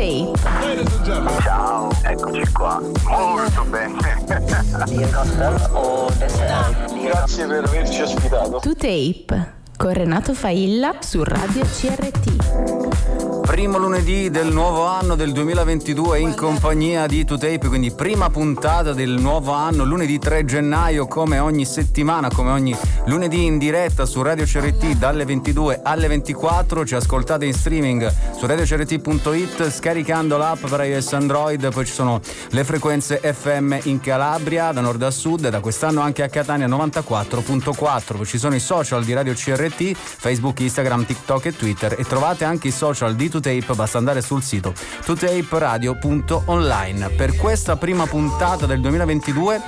Tape. Ciao, eccoci qua. Molto bene. Grazie per averci ospitato. To Tape con Renato Failla su Radio CRT. Primo lunedì del nuovo anno del 2022 in compagnia di To Tape, quindi prima puntata del nuovo anno, lunedì 3 gennaio, come ogni settimana, come ogni lunedì in diretta su Radio CRT dalle 22 alle 24. Ci ascoltate in streaming su radiocrt.it scaricando l'app per iOS Android. Poi ci sono le frequenze FM in Calabria da nord a sud e da quest'anno anche a Catania 94.4. Poi ci sono i social di Radio CRT, Facebook, Instagram, TikTok e Twitter, e trovate anche i social di To Tape, basta andare sul sito totaperadio.online. Per questa prima puntata del 2022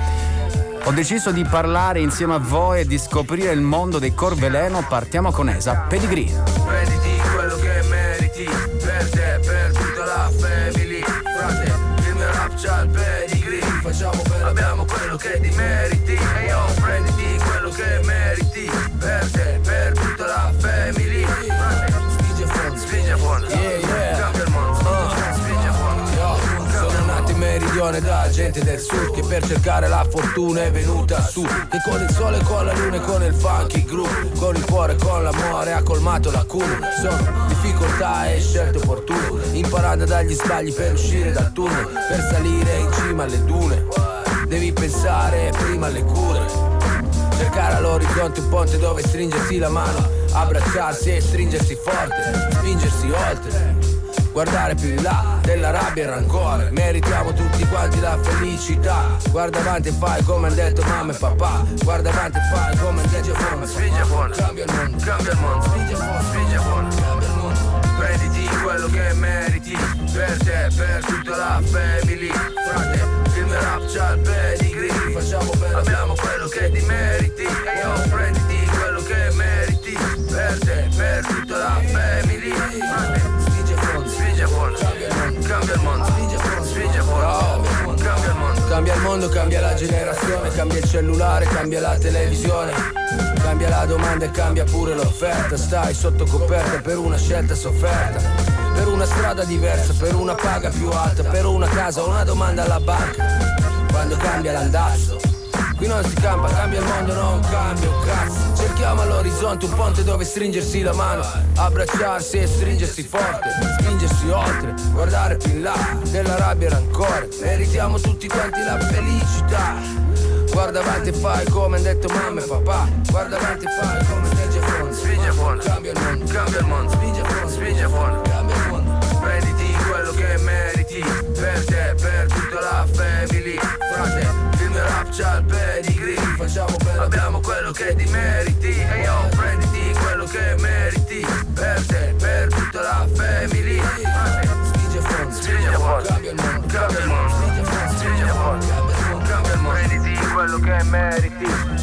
ho deciso di parlare insieme a voi e di scoprire il mondo dei Corveleno. Partiamo con Esa Pedigree. Prenditi quello che meriti, per te, per tutta la family. Frate, il mio rap c'ha il pedigree. Facciamo bello, abbiamo quello che ti meriti. E io prenditi quello che meriti, per te, per tutta la family. Frate, spinge a fondo, cambia il mondo, spinge a fondo. Sono nato in meridione da gente del sud che per cercare la fortuna è venuta su, che con il sole, con la luna e con il funky groove, con il cuore e con l'amore ha colmato lacune. Sono difficoltà e scelte opportune, imparando dagli sbagli per uscire dal tunnel, per salire in cima alle dune. Devi pensare prima alle cure, cercare all'orizzonte un ponte dove stringersi la mano, abbracciarsi e stringersi forte, spingersi oltre, guardare più in là della rabbia e il rancore. Meritiamo tutti quanti la felicità. Guarda avanti e fai come hanno detto mamma e papà. Guarda avanti e fai come hanno detto mamma e papà. Spingi a fondo, cambia il mondo, cambia il mondo. Spingi a fondo, cambia il mondo. Prenditi quello che meriti, per te, per tutta la family. Frate, il mio rap c'ha il pedigree. Facciamo bene, abbiamo quello che ti meriti. E io prenditi quello che meriti, per te, per tutta la family. Frate, spingi a fondo, cambia il mondo, spingi a fondo, cambia il mondo. Cambia il mondo, cambia la generazione, cambia il cellulare, cambia la televisione, cambia la domanda e cambia pure l'offerta. Stai sotto coperta per una scelta sofferta, per una strada diversa, per una paga più alta, per una casa o una domanda alla banca. Quando cambia l'andazzo, qui non si campa, cambia il mondo, non cambia un cazzo. Cerchiamo all'orizzonte un ponte dove stringersi la mano, abbracciarsi e stringersi forte, spingersi oltre, guardare più in là della rabbia e rancore. Meritiamo tutti quanti la felicità. Guarda avanti e fai come hanno detto mamma e papà. Guarda avanti e fai come spinge a fondo, spinge a fondo, cambia il mondo, cambia il mondo, spinge a fondo, cambia il mondo. Prenditi quello che meriti, per te, per tutta la family. Frate, il mio rap c'ha il pedigree. Facciamo bello, abbiamo quello che ti meriti. E io prenditi quello che meriti, per te, per tutta la family. Frate, spingi a fondo, cambia il mondo, cambia il mondo. Spingi a fondo, cambia il mondo. Prenditi quello che meriti.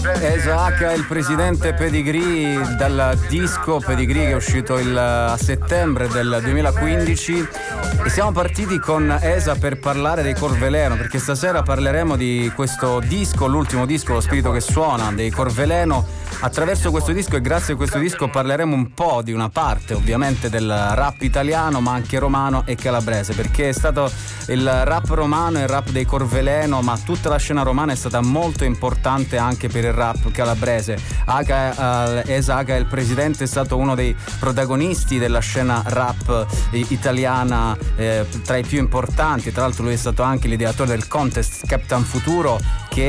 Esa il presidente Pedigree, dal disco Pedigree che è uscito a settembre del 2015, e siamo partiti con Esa per parlare dei Corveleno, perché stasera parleremo di questo disco, l'ultimo disco, Lo spirito che suona, dei Corveleno. Attraverso questo disco e grazie a questo disco parleremo un po' di una parte ovviamente del rap italiano, ma anche romano e calabrese, perché è stato il rap romano e il rap dei Corveleno, ma tutta la scena romana è stata molto importante anche per il rap calabrese. Esa, il presidente, è stato uno dei protagonisti della scena rap italiana, tra i più importanti. Tra l'altro lui è stato anche l'ideatore del contest Capitan Futuro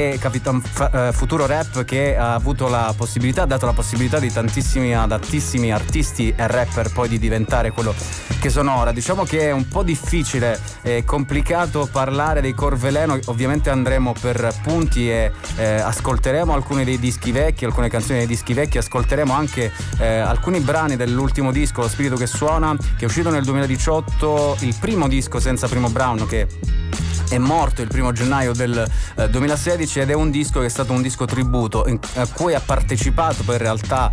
Rap, che ha avuto la possibilità, ha dato la possibilità di tantissimi artisti e rapper poi di diventare quello che sono ora. Diciamo che è un po' difficile e complicato parlare dei Corveleno. Ovviamente andremo per punti e ascolteremo alcuni dei dischi vecchi, alcune canzoni dei dischi vecchi, ascolteremo anche alcuni brani dell'ultimo disco, Lo spirito che suona, che è uscito nel 2018, il primo disco senza Primo Brown, che è morto il 1 gennaio del 2016 ed è un disco che è stato un disco tributo a cui ha partecipato poi in realtà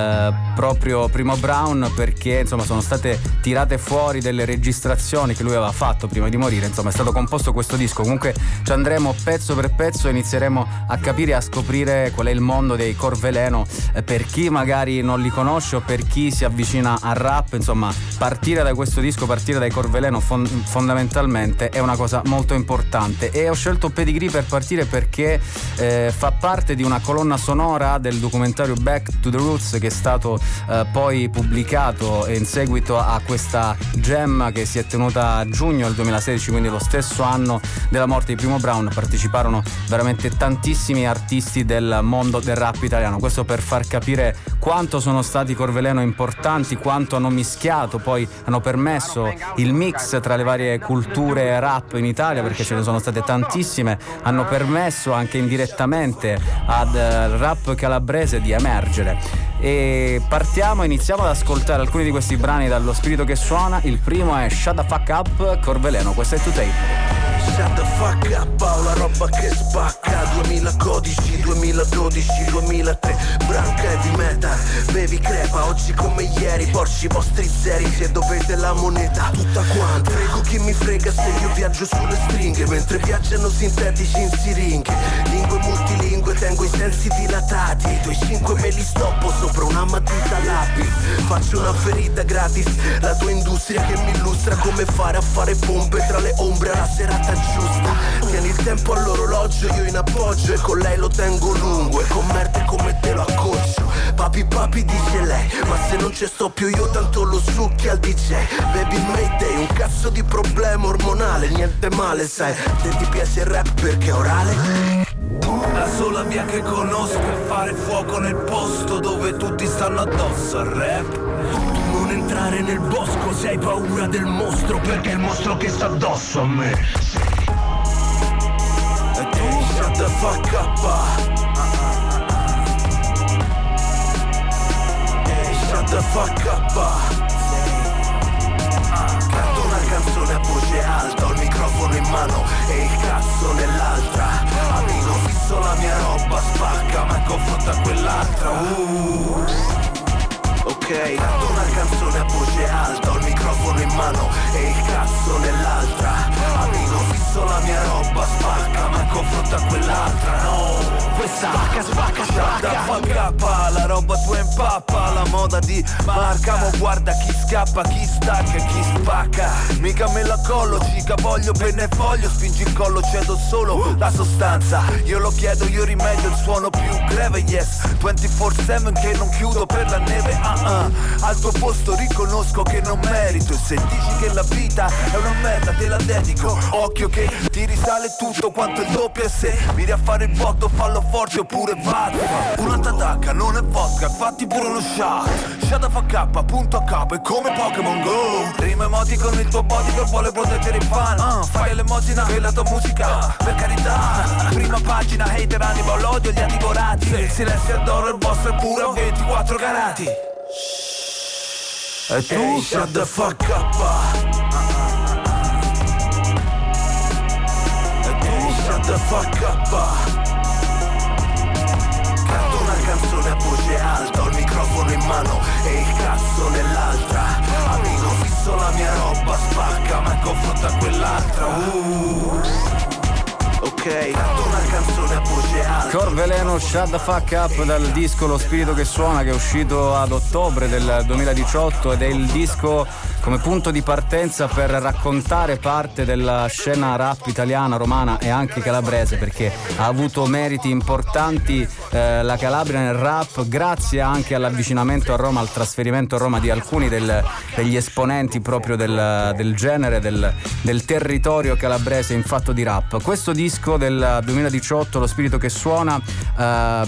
proprio Primo Brown, perché insomma sono state tirate fuori delle registrazioni che lui aveva fatto prima di morire. Insomma è stato composto questo disco. Comunque ci andremo pezzo per pezzo e inizieremo a capire e a scoprire qual è il mondo dei Corveleno, per chi magari non li conosce o per chi si avvicina al rap. Insomma partire da questo disco, partire dai Corveleno fondamentalmente è una cosa molto importante. E ho scelto Pedigree per partire perché fa parte di una colonna sonora del documentario Back to the Roots, che è stato poi pubblicato in seguito a questa jam che si è tenuta a giugno del 2016, quindi lo stesso anno della morte di Primo Brown. Parteciparono veramente tantissimi artisti del mondo del rap italiano. Questo per far capire quanto sono stati Corveleno importanti, quanto hanno mischiato, poi hanno permesso il mix tra le varie culture rap in Italia, perché ce ne sono state tantissime, hanno permesso anche indirettamente al rap calabrese di emergere. E iniziamo ad ascoltare alcuni di questi brani dallo Spirito che Suona. Il primo è Shut the Fuck Up, Corveleno, questa è To Tape. Shut the fuck up, Paola, roba che spacca. 2000 codici, 2012, 2003. Branca heavy metal, bevi crepa. Oggi come ieri, porci i vostri zeri. Se dovete la moneta, tutta quanta. Prego chi mi frega se io viaggio sulle stringhe, mentre viaggiano sintetici in siringhe. Lingue multilingue, tengo i sensi dilatati. I tuoi 5 me li stoppo sopra una matita lapis. Faccio una ferita gratis, la tua industria che mi illustra come fare a fare pompe tra le ombre alla serata giusta. Tieni il tempo all'orologio, io in appoggio, e con lei lo tengo lungo, e con merde come te lo accocio. Papi papi dice lei, ma se non ci sto più io tanto lo succhi al DJ. Baby Mayday, un cazzo di problema ormonale, niente male sai, se ti piace il rap perché è orale. La sola via che conosco è fare fuoco nel posto dove tutti stanno addosso al rap. Non entrare nel bosco se hai paura del mostro, perché è il mostro che sta addosso a me. E tu shut the fuck up. Hey, shut the fuck up. Canto una canzone a voce alta, ho il microfono in mano e il cazzo nell'altra. Amico fisso la mia roba spacca, ma confronta a quell'altra. Ok, canto una canzone a voce alta, ho il microfono in mano e il cazzo nell'altra. Amico fisso la mia roba spacca, ma confronta a quell'altra. No, questa spacca. La roba tua impappa, la moda di marca. Mo guarda chi scappa, chi stacca e chi spacca. Mica me la collo, cica, voglio penne e foglio. Spingi il collo, cedo solo la sostanza. Io lo chiedo, io rimedio il suono più greve, yes. 24/7 che non chiudo per la neve, Al tuo posto riconosco che non merito. E se dici che la vita è una merda te la dedico. Occhio che ti risale tutto quanto il doppio, e se miri a fare il botto fallo forte oppure vodka. Una tadacca non è vodka, fatti pure uno shot. Shut the fuck up, punto a capo, è come Pokémon Go. Prima emoti con il tuo body che vuole proteggere i fan. Fai l'emosina e la tua musica, per carità. Prima pagina, hater anima, l'odio li ha divorati. Il silenzio adoro, il vostro è pure a 24 carati. E tu hey, shut the fuck up. E tu shut the fuck up. Canto una canzone a voce alta, ho il microfono in mano e il cazzo nell'altra. Amico fisso la mia roba spacca, ma confronta a quell'altra. Ok, canto una canzone a voce alta. Corveleno, Shut the Fuck Up, dal disco Lo Spirito che Suona, che è uscito ad ottobre del 2018 ed è il disco come punto di partenza per raccontare parte della scena rap italiana, romana e anche calabrese, perché ha avuto meriti importanti la Calabria nel rap, grazie anche all'avvicinamento a Roma, al trasferimento a Roma di alcuni degli esponenti proprio del genere, del territorio calabrese in fatto di rap. Questo disco del 2018, Lo Spirito che Suona,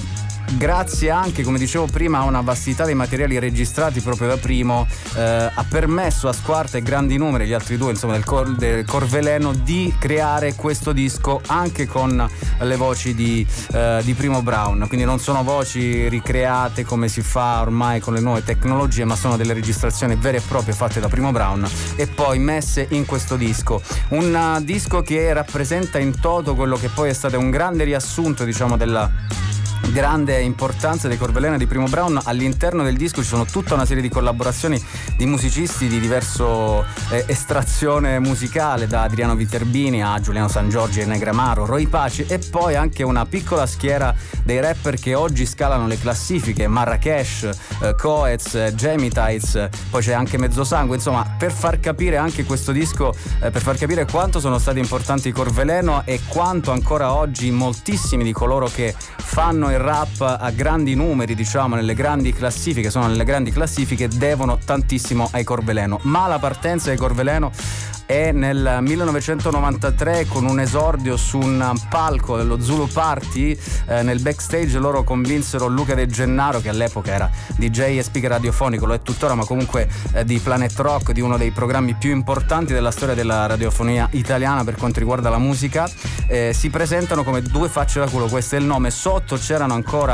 grazie anche, come dicevo prima, a una vastità dei materiali registrati proprio da Primo, ha permesso a Squarta e grandi numeri, gli altri due insomma del Corveleno, di creare questo disco anche con le voci di Primo Brown. Quindi non sono voci ricreate come si fa ormai con le nuove tecnologie, ma sono delle registrazioni vere e proprie fatte da Primo Brown e poi messe in questo disco. Un disco che rappresenta in toto quello che poi è stato un grande riassunto, diciamo, della grande importanza dei Corveleno e di Primo Brown. All'interno del disco ci sono tutta una serie di collaborazioni di musicisti di diverso estrazione musicale, da Adriano Viterbini a Giuliano San Giorgi e Negramaro, Roy Paci, e poi anche una piccola schiera dei rapper che oggi scalano le classifiche: Marrakesh, Coez, Jamie Tights, poi c'è anche Mezzosangue. Insomma, per far capire anche questo disco, per far capire quanto sono stati importanti i Corveleno e quanto ancora oggi moltissimi di coloro che fanno il rap a grandi numeri, diciamo, nelle grandi classifiche, sono nelle grandi classifiche, devono tantissimo ai Corveleno. Ma la partenza dei Corveleno è nel 1993 con un esordio su un palco dello Zulu Party. Nel backstage loro convinsero Luca De Gennaro, che all'epoca era DJ e speaker radiofonico, lo è tuttora, ma comunque di Planet Rock, di uno dei programmi più importanti della storia della radiofonia italiana per quanto riguarda la musica. Si presentano come due facce da culo, questo è il nome. Sotto c'erano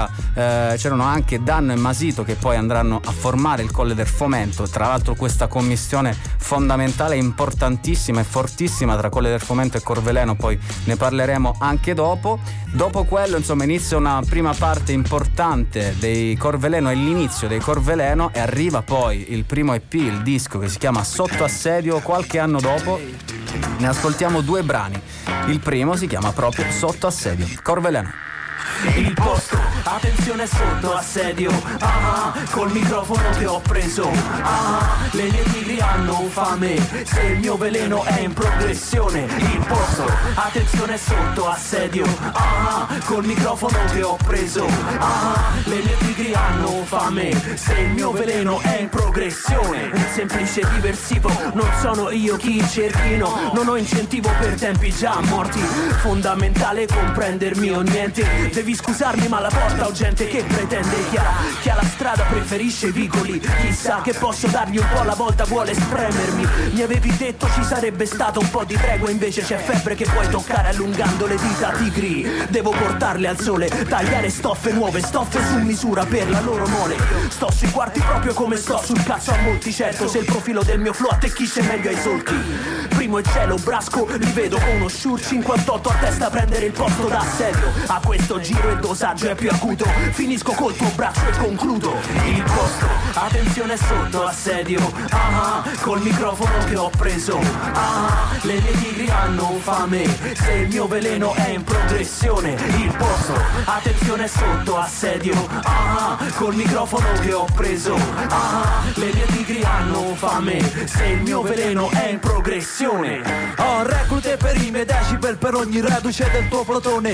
anche Danno e Masito, che poi andranno a formare il Colle del Fomento. Tra l'altro questa commissione fondamentale, importantissima e fortissima tra Colle del Fomento e Corveleno, poi ne parleremo anche dopo. Dopo quello, insomma, inizia una prima parte importante dei Corveleno, è l'inizio dei Corveleno, e arriva poi il primo EP, il disco che si chiama Sotto Assedio. Qualche anno dopo ne ascoltiamo due brani. Il primo si chiama proprio Sotto Assedio, Corveleno. Il posto, attenzione, sotto assedio, col microfono che ho preso, le mie tigri hanno fame, se il mio veleno è in progressione. Il posto, attenzione, sotto assedio, col microfono che ho preso, le mie tigri hanno fame, se il mio veleno è in progressione. Un semplice diversivo, non sono io chi cerchino, non ho incentivo per tempi già morti, fondamentale comprendermi o niente. Devi scusarmi ma alla porta ho gente che pretende chiara, che alla strada preferisce i vicoli, chissà che posso dargli un po' alla volta, vuole spremermi. Mi avevi detto ci sarebbe stato un po' di tregua, invece c'è febbre che puoi toccare allungando le dita. Tigri, devo portarle al sole, tagliare stoffe nuove, stoffe su misura per la loro mole. Sto sui quarti proprio come sto sul cazzo a molti, certo, se il profilo del mio flow attecchisce meglio ai solchi. Primo e cielo, Brasco, li vedo con uno Shure 58 a testa a prendere il posto da assedio. A questo giro il dosaggio è più acuto, finisco col tuo braccio e concludo. Il posto, attenzione, sotto assedio, col microfono che ho preso, le mie tigri hanno fame, se il mio veleno è in progressione. Il posto, attenzione, sotto assedio, col microfono che ho preso, le mie tigri hanno fame, se il mio veleno è in progressione. Reclute per i miei decibel, per ogni reduce del tuo plotone.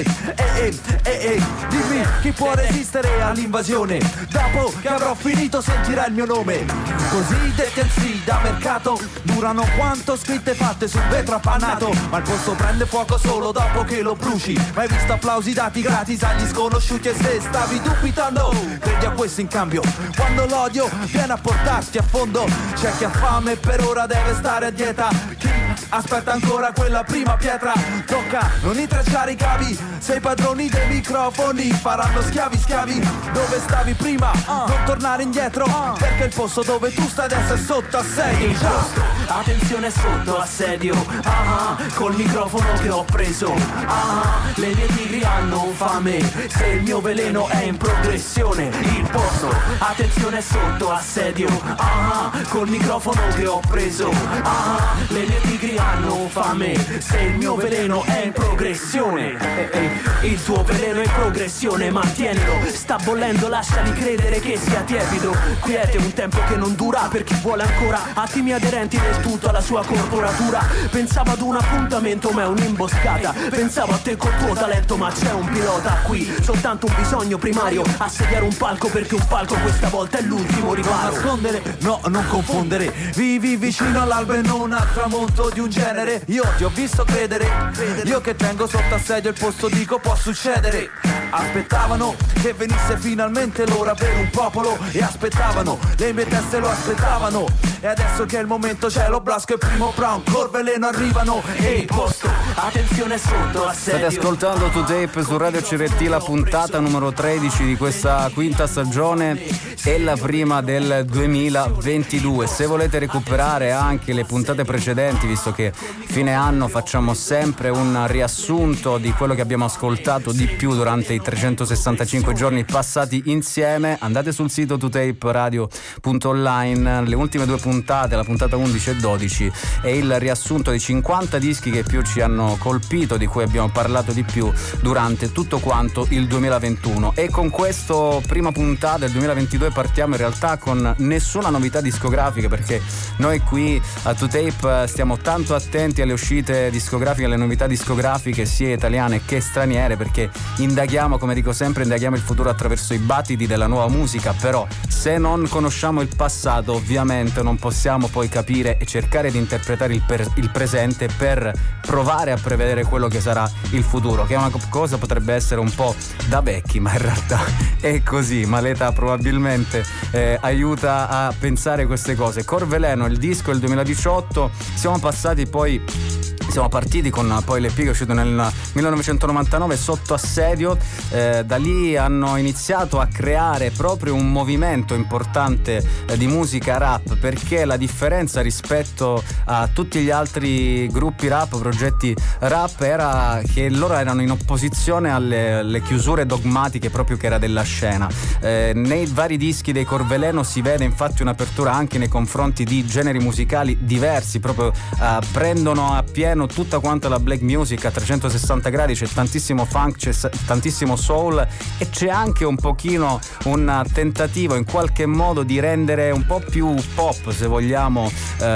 Dimmi chi può resistere all'invasione. Dopo che avrò finito sentirai il mio nome. Così detenzi da mercato durano quanto scritte fatte sul vetro appanato, ma il posto prende fuoco solo dopo che lo bruci. Mai visto applausi dati gratis agli sconosciuti, e se stavi dubitando credi a questo in cambio. Quando l'odio viene a portarti a fondo, c'è chi ha fame e per ora deve stare a dieta. Chi aspetta ancora quella prima pietra. Tocca non intralciare i cavi, sei padroni dei microfoni, faranno schiavi. Dove stavi prima, non tornare indietro, perché il posto dove tu stai adesso è sotto assedio. Il posto, attenzione, sotto assedio, col microfono che ho preso, le mie tigri hanno fame, se il mio veleno è in progressione. Il posto, attenzione, sotto assedio, col microfono che ho preso, le mie tigri hanno fame, se il mio veleno è in progressione. Il tuo veleno è in progressione, mantienilo, sta bollendo, lasciali credere che sia tiepido. Quiete un tempo che non dura per chi vuole ancora attimi aderenti del tutto alla sua corporatura. Pensavo ad un appuntamento ma è un'imboscata, pensavo a te col tuo talento ma c'è un pilota qui, soltanto un bisogno primario, assediare un palco perché un palco questa volta è l'ultimo riparo. Non nascondere, no, non confondere, vivi vicino all'alba e non al tramonto di un un genere. Io ti ho visto credere, io che tengo sotto assedio il posto dico può succedere. Aspettavano che venisse finalmente l'ora per un popolo e aspettavano, le mie teste lo aspettavano. E adesso che è il momento c'è lo Blasco e Primo Brown, Corveleno arrivano e posto, attenzione sotto assedio. State ascoltando To Tape su Radio CRT, la puntata numero 13 di questa quinta stagione e la prima del 2022. Se volete recuperare anche le puntate precedenti, visto che fine anno facciamo sempre un riassunto di quello che abbiamo ascoltato di più durante i 365 giorni passati insieme, andate sul sito totaperadio.online. Le ultime due puntate, la puntata 11 e 12, è il riassunto dei 50 dischi che più ci hanno colpito, di cui abbiamo parlato di più durante tutto quanto il 2021. E con questo prima puntata del 2022 partiamo in realtà con nessuna novità discografica, perché noi qui a To Tape stiamo tanto attenti alle uscite discografiche, alle novità discografiche sia italiane che straniere, perché indaghiamo, come dico sempre, indaghiamo il futuro attraverso i battiti della nuova musica. Però se non conosciamo il passato, ovviamente non possiamo poi capire e cercare di interpretare il presente per provare a prevedere quello che sarà il futuro, che è una cosa potrebbe essere un po' da vecchi, ma in realtà è così, ma l'età probabilmente aiuta a pensare queste cose. Corveleno, il disco del 2018, siamo partiti con poi l'EP che è uscito nel 1999, Sotto assedio. Da lì hanno iniziato a creare proprio un movimento importante di musica rap, perché la differenza rispetto a tutti gli altri gruppi rap, progetti rap, era che loro erano in opposizione alle chiusure dogmatiche proprio che era della scena. Nei vari dischi dei Corveleno si vede infatti un'apertura anche nei confronti di generi musicali diversi, proprio prendono a pieno tutta quanta la black music a 360 gradi, c'è tantissimo funk, c'è tantissimo soul e c'è anche un pochino un tentativo in qualche modo di rendere un po' più pop, se vogliamo,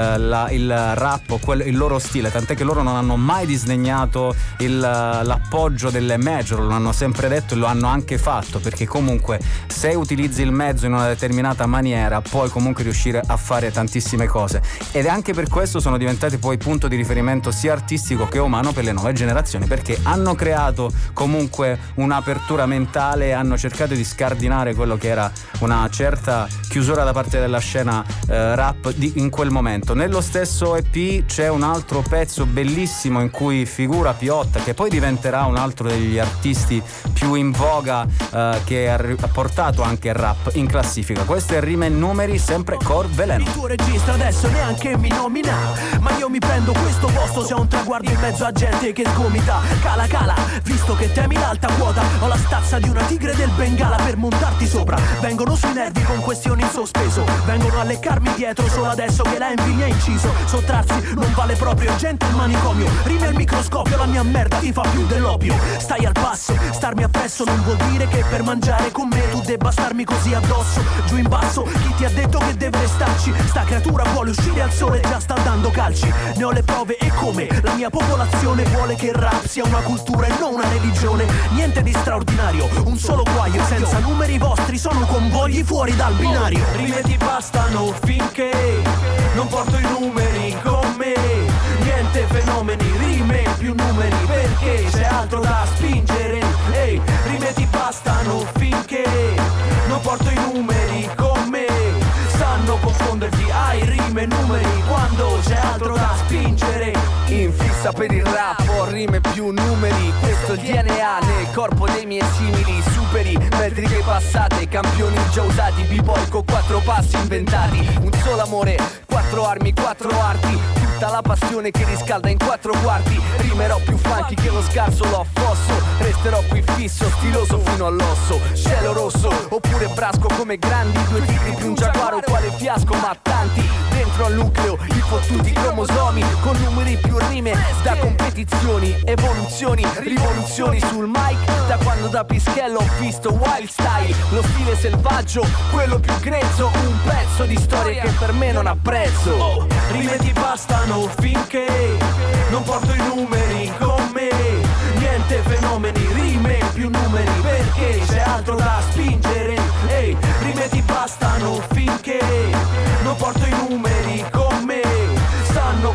il rap, il loro stile, tant'è che loro non hanno mai disdegnato l'appoggio delle major, lo hanno sempre detto e lo hanno anche fatto, perché comunque se utilizzi il mezzo in una determinata maniera puoi comunque riuscire a fare tantissime cose, ed anche per questo sono diventati poi punto di riferimento sia artistico che umano per le nuove generazioni, perché hanno creato comunque un'apertura mentale, hanno cercato di scardinare quello che era una certa chiusura da parte della scena rap in quel momento. Nello stesso EP c'è un altro pezzo bellissimo in cui figura Piotta, che poi diventerà un altro degli artisti più in voga, che ha portato anche il rap in classifica. Questo è Rime e Numeri, sempre Corveleno. Il tuo regista adesso neanche mi nomina, ma io mi prendo questo posto se ho un traguardo in mezzo a gente che sgomita. Cala cala, visto che temi l'alta quota, ho la stazza di una tigre del Bengala per montarti sopra. Vengono sui nervi con questioni in sospeso, vengono a leccarmi dietro solo adesso che l'envy mi ha inciso. Sottrarsi non vale proprio, gente il manicomio, rime al microscopio, la mia merda ti fa più dell'opio. Stai al passo, starmi appresso non vuol dire che per mangiare con me tu debba starmi così addosso. Giù in basso, chi ti ha detto che deve restarci? Sta creatura vuole uscire al sole e già sta dando calci. Ne ho le prove e come? La mia popolazione vuole che il rap sia una cultura e non una religione. Niente di straordinario, un solo guaio, senza numeri vostri sono convogli fuori dal binario. Rime ti bastano finché non porto i numeri con me. Niente fenomeni, rime più numeri, perché c'è altro da spingere. Ehi, rime ti bastano finché non porto i numeri con me. Sanno confonderti, hai rime e numeri quando c'è altro da spingere. In fissa per il rap ho rime più numeri, questo è il DNA nel corpo dei miei simili. Superi metriche passate, campioni già usati, b-boy con 4 passi inventati. Un solo amore, 4 armi, 4 arti, tutta la passione che riscalda in 4 quarti. Rimerò più funky che lo scarso lo affosso, resterò qui fisso, stiloso fino all'osso. Cielo rosso, oppure brasco come grandi, 2 tigri più un giaguaro quale fiasco, ma tanti dentro al nucleo, i fottuti cromosomi, con numeri più rime da competizioni, evoluzioni, rivoluzioni sul mic. Da quando da Pischello ho visto Wild Style, lo stile selvaggio, quello più grezzo, un pezzo di storia che per me non ha prezzo. Oh, rime ti bastano finché non porto i numeri con me. Niente fenomeni, rime più numeri, perché c'è altro da spingere. Ehi, rime ti bastano finché non porto i numeri con me. Sanno confondere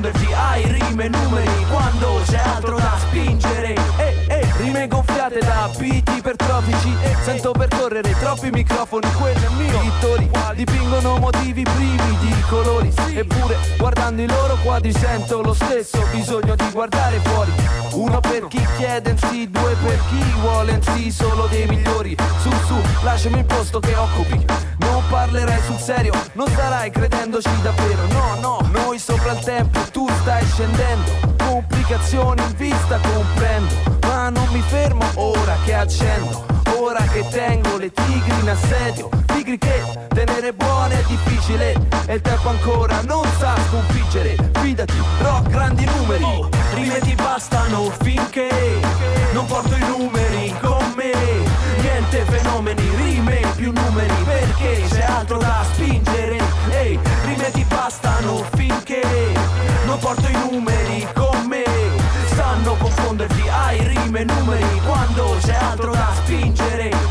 confonderti, hai rime e numeri quando c'è altro da spingere. Rime gonfiate da beat ipertrofici, sento percorrere troppi microfoni, quello è mio. Pittori dipingono motivi privi di colori, eppure guardando i loro quadri sento lo stesso bisogno di guardare fuori. Uno per chi chiede in sì, due per chi vuole in sì solo dei migliori. Su, lasciami il posto che occupi, non parlerai sul serio, non starai credendoci davvero. No, noi sopra il tempo, tu stai scendendo, complicazioni in vista comprendo, ma non mi fermo ora che accendo, ora che tengo le tigri in assedio. Tigri che tenere buone è difficile e il tempo ancora non sa sconfiggere. Fidati, rock grandi numeri, rime ti bastano finché non porto i numeri con me. Niente fenomeni, rime più numeri perché c'è altro da spingere. Rime ti bastano finché non porto i numeri con me. Sanno confonderti, hai rime e numeri quando c'è altro da spingere.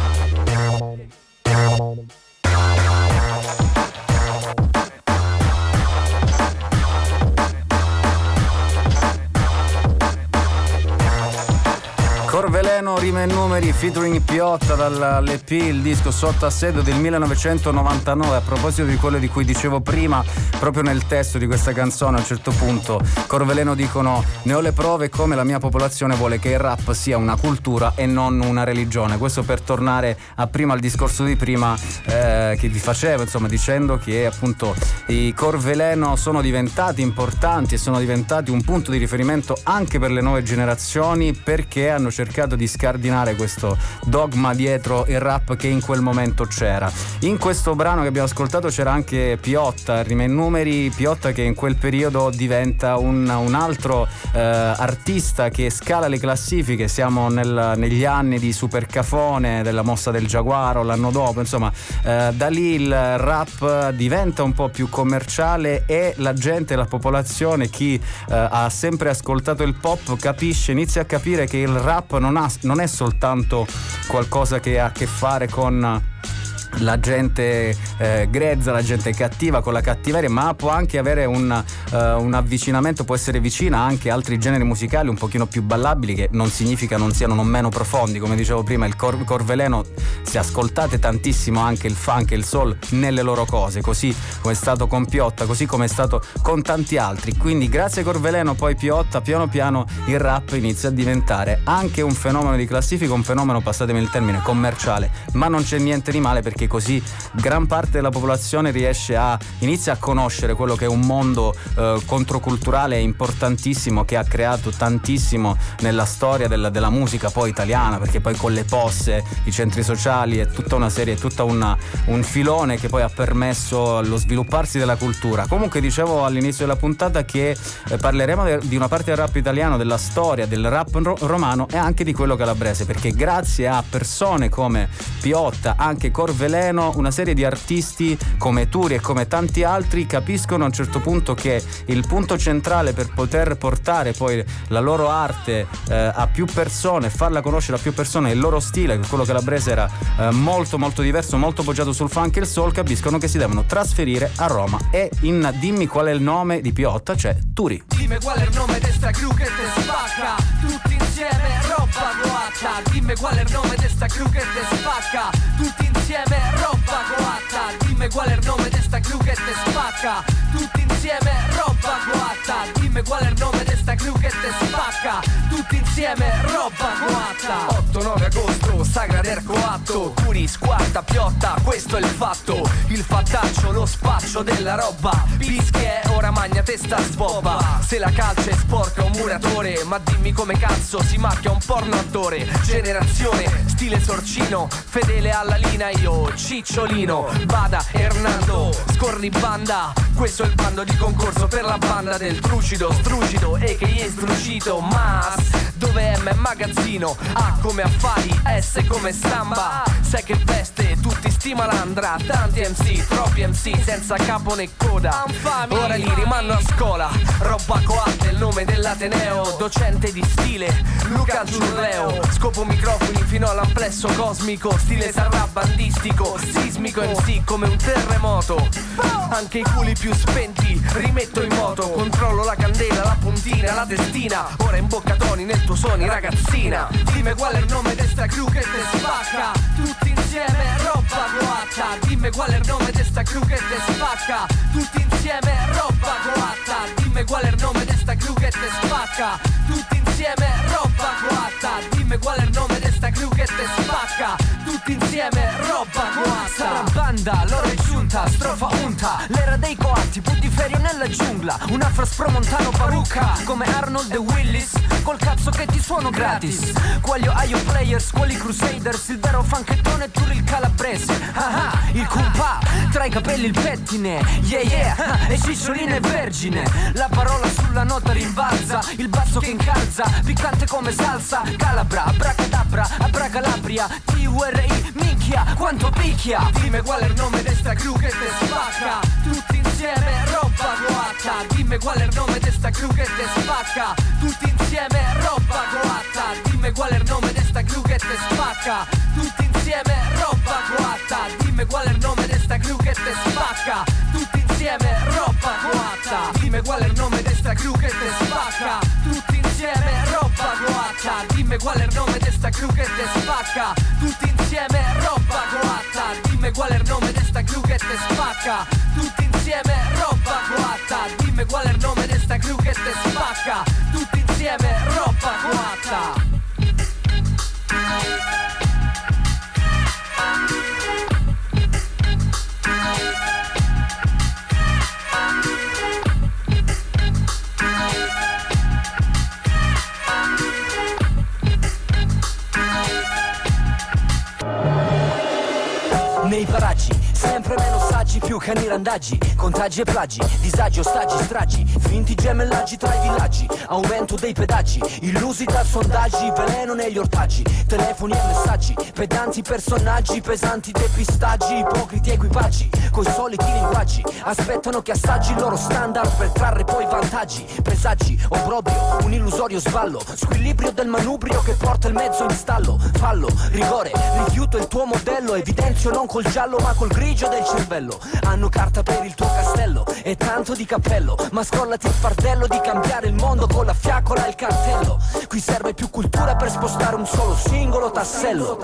Corveleno, rime e numeri featuring Piotta dall'EP, il disco Sotto Assedio del 1999. A proposito di quello di cui dicevo prima, proprio nel testo di questa canzone a un certo punto Corveleno dicono: ne ho le prove come la mia popolazione vuole che il rap sia una cultura e non una religione. Questo per tornare a prima al discorso di prima che vi facevo, insomma, dicendo che appunto i Corveleno sono diventati importanti e sono diventati un punto di riferimento anche per le nuove generazioni, perché hanno cercato di scardinare questo dogma dietro il rap che in quel momento c'era. In questo brano che abbiamo ascoltato c'era anche Piotta, rime e numeri, Piotta che in quel periodo diventa un altro artista che scala le classifiche. Siamo negli anni di Supercafone, della Mossa del Giaguaro, l'anno dopo, insomma da lì il rap diventa un po' più commerciale e la gente, la popolazione, chi ha sempre ascoltato il pop capisce, inizia a capire che il rap non è soltanto qualcosa che ha a che fare con la gente grezza, la gente cattiva, con la cattiveria, ma può anche avere un avvicinamento, può essere vicina anche a altri generi musicali un pochino più ballabili, che non significa non siano non meno profondi. Come dicevo prima, il Corveleno, se ascoltate tantissimo anche il funk e il soul nelle loro cose, così come è stato con Piotta, così come è stato con tanti altri. Quindi grazie Corveleno, poi Piotta, piano piano il rap inizia a diventare anche un fenomeno di classifica, un fenomeno, passatemi il termine, commerciale, ma non c'è niente di male, perché così gran parte della popolazione inizia a conoscere quello che è un mondo controculturale importantissimo, che ha creato tantissimo nella storia della musica poi italiana, perché poi con le posse, i centri sociali è tutta una serie, tutta un filone che poi ha permesso lo svilupparsi della cultura. Comunque dicevo all'inizio della puntata che parleremo di una parte del rap italiano, della storia del rap romano e anche di quello calabrese, perché grazie a persone come Piotta, anche Corveleno, una serie di artisti come Turi e come tanti altri capiscono a un certo punto che il punto centrale per poter portare poi la loro arte a più persone, farla conoscere a più persone, il loro stile, che quello calabrese era molto molto diverso, molto poggiato sul funk e il soul, capiscono che si devono trasferire a Roma. E in Dimmi qual è il nome di Piotta c'è Turi. Dimmi qual è il nome di sta crew che te spacca, tutti insieme roba coatta. Dimmi qual è il nome di sta crew che te spacca, tutti insieme roba coatta. Dimmi qual è il nome di sta crew che te spacca, tutti insieme roba coatta. Dimmi qual è il nome di sta crew che te spacca, tutti insieme roba coatta. 8-9 agosto, sagra del coatto, Turi squarta Piotta, questo è il fatto, il fattaccio, lo spaccio della roba. Bischie, ora magna testa sbobba, se la calcia è sporca un muratore, ma dimmi come cazzo si macchia un porno attore. Generazione, stile sorcino, fedele alla linea io, cicciolino. Vada Hernando, scorri banda, questo è il bando di concorso per la banda del trucido, strucido e che è strucito. Mas, dove M è magazzino, A come affari, S come samba, sai che veste, tutti sti malandra, tanti MC, troppi MC senza capo né coda. Ora li rimando a scuola, roba coatta, il nome nome dell'Ateneo, docente di stile Luca Giurleo. Scopo microfoni fino all'amplesso cosmico, stile sarrabandistico, sismico MC come un terremoto. Anche i culi più spenti rimetto in moto, controllo la candela, la puntina, la testina. Ora imboccatoni nel tuo suoni ragazzina. Dimmi qual è il nome di sta crew che te spacca, tutti insieme roba coatta. Dimmi qual è il nome di sta crew che te spacca, tutti insieme roba coatta. Dimmi qual è il nome di sta crew che te spacca, tutti insieme roba coatta. Dimmi qual è il nome di sta crew che te spacca, tutti insieme roba coatta. Sarà banda, l'ora è giunta, strofa unta, l'era dei coatti, puttiferio nella giungla. Un afro spromontano parrucca come Arnold e Willis, col cazzo che ti suono gratis. Quali Ohio Players, quali Crusaders, il vero funkettone tu il calabrese. Ah ah, il kumpa, tra i capelli il pettine, yeah yeah, e ciccioline vergine. La parola sulla nota rimbalza, il basso che incalza, piccante come salsa. Calabra, abracadabra, abracalabria, T-U-R-I, minchia, quanto picchia. Dimmi qual è il nome di sta crew che te spacca, tutti insieme roba coatta. Dimmi qual è il nome di sta crew che te spacca, tutti insieme roba coatta. Dimmi qual è il nome di sta crew che te spacca, tutti insieme roba coatta. Dimmi qual è il nome di sta crew che te spacca, tutti insieme roba coatta. Dimmi qual è il nome di sta crew che te spacca, tutti insieme roba coatta. Dimmi qual è il nome di sta crew che te spacca, tutti insieme roba coatta. Dimmi qual è il nome di sta crew che te spacca, tutti insieme roba coatta. Dimmi qual è il nome di sta crew che te spacca, tutti insieme roba coatta. Nei paraggi, sempre meno saggi, più cani randaggi, contagi e plagi, disagi, ostaggi, stragi, finti gemellaggi tra i villaggi, aumento dei pedaggi, illusi da sondaggi, veleno negli ortaggi, telefoni e messaggi, pedanti personaggi, pesanti depistaggi, ipocriti equipaggi, coi soliti linguaggi, aspettano che assaggi il loro standard per trarre poi vantaggi, presagi, obbrobrio, un illusorio sballo, squilibrio del manubrio che porta il mezzo in stallo, fallo, rigore, rifiuto il tuo modello, evidenzio non col giallo ma col grigio del cervello. Hanno carta per il tuo castello e tanto di cappello, ma scrollati il fardello di cambiare il mondo con la fiaccola e il cartello. Qui serve più cultura per spostare un solo singolo tassello.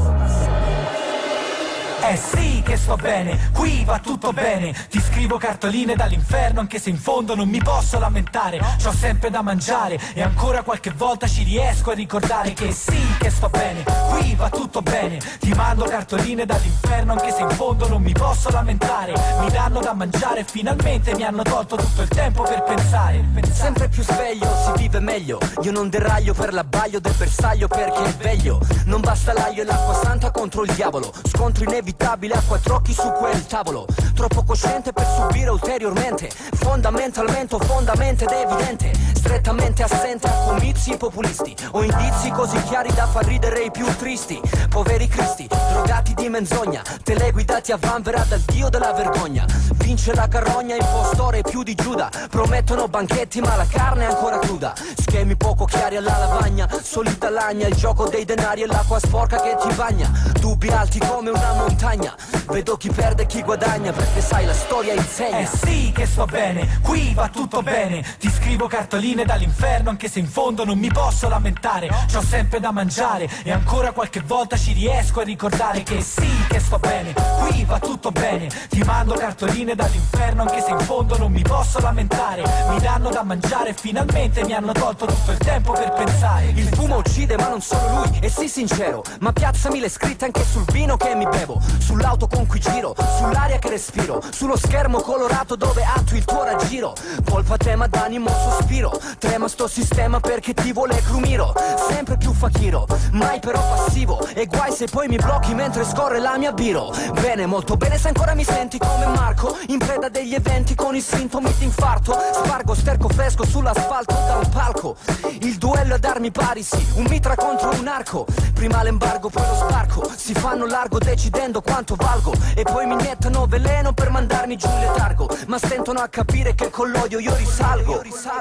Eh sì che sto bene, qui va tutto bene. Ti scrivo cartoline dall'inferno anche se in fondo non mi posso lamentare. C'ho sempre da mangiare e ancora qualche volta ci riesco a ricordare che sì che sto bene, qui va tutto bene. Ti mando cartoline dall'inferno anche se in fondo non mi posso lamentare. Mi danno da mangiare e finalmente mi hanno tolto tutto il tempo per pensare. Sempre più sveglio si vive meglio, io non deraglio per l'abbaglio del bersaglio perché è veglio. Non basta l'aglio e l'acqua santa contro il diavolo, scontro inevitabile a quattro occhi su quel tavolo. Troppo cosciente per subire ulteriormente, fondamentalmente ed evidente, strettamente assente a comizi populisti o indizi così chiari da far ridere i più tristi. Poveri cristi, drogati di menzogna, teleguidati a vanvera dal dio della vergogna. Vince la carrogna, impostore più di Giuda, promettono banchetti ma la carne è ancora cruda. Schemi poco chiari alla lavagna, solita lagna, il gioco dei denari e l'acqua sporca che ti bagna. Dubbi alti come una montagna, vedo chi perde e chi guadagna, perché sai la storia insegna. Eh sì che sto bene, qui va tutto bene. Ti scrivo cartoline dall'inferno anche se in fondo non mi posso lamentare. C'ho sempre da mangiare e ancora qualche volta ci riesco a ricordare che sì che sto bene, qui va tutto bene. Ti mando cartoline dall'inferno anche se in fondo non mi posso lamentare. Mi danno da mangiare e finalmente mi hanno tolto tutto il tempo per pensare. Il fumo uccide ma non solo lui, e sii sincero, ma piazzami le scritte anche sul vino che mi bevo, sull'auto con cui giro, sull'aria che respiro, sullo schermo colorato dove attui il tuo raggiro. Colpa tema d'animo sospiro, trema sto sistema perché ti vuole crumiro. Sempre più fakiro, mai però passivo, e guai se poi mi blocchi mentre scorre la mia biro. Bene, molto bene se ancora mi senti come Marco, in preda degli eventi con i sintomi d'infarto. Spargo sterco fresco sull'asfalto da un palco, il duello ad armi pari, sì, un mitra contro un arco. Prima l'embargo poi lo sbarco, si fanno largo decidendo quanto valgo, e poi mi iniettano veleno per mandarmi giù il letargo, ma stentano a capire che con l'odio io risalgo.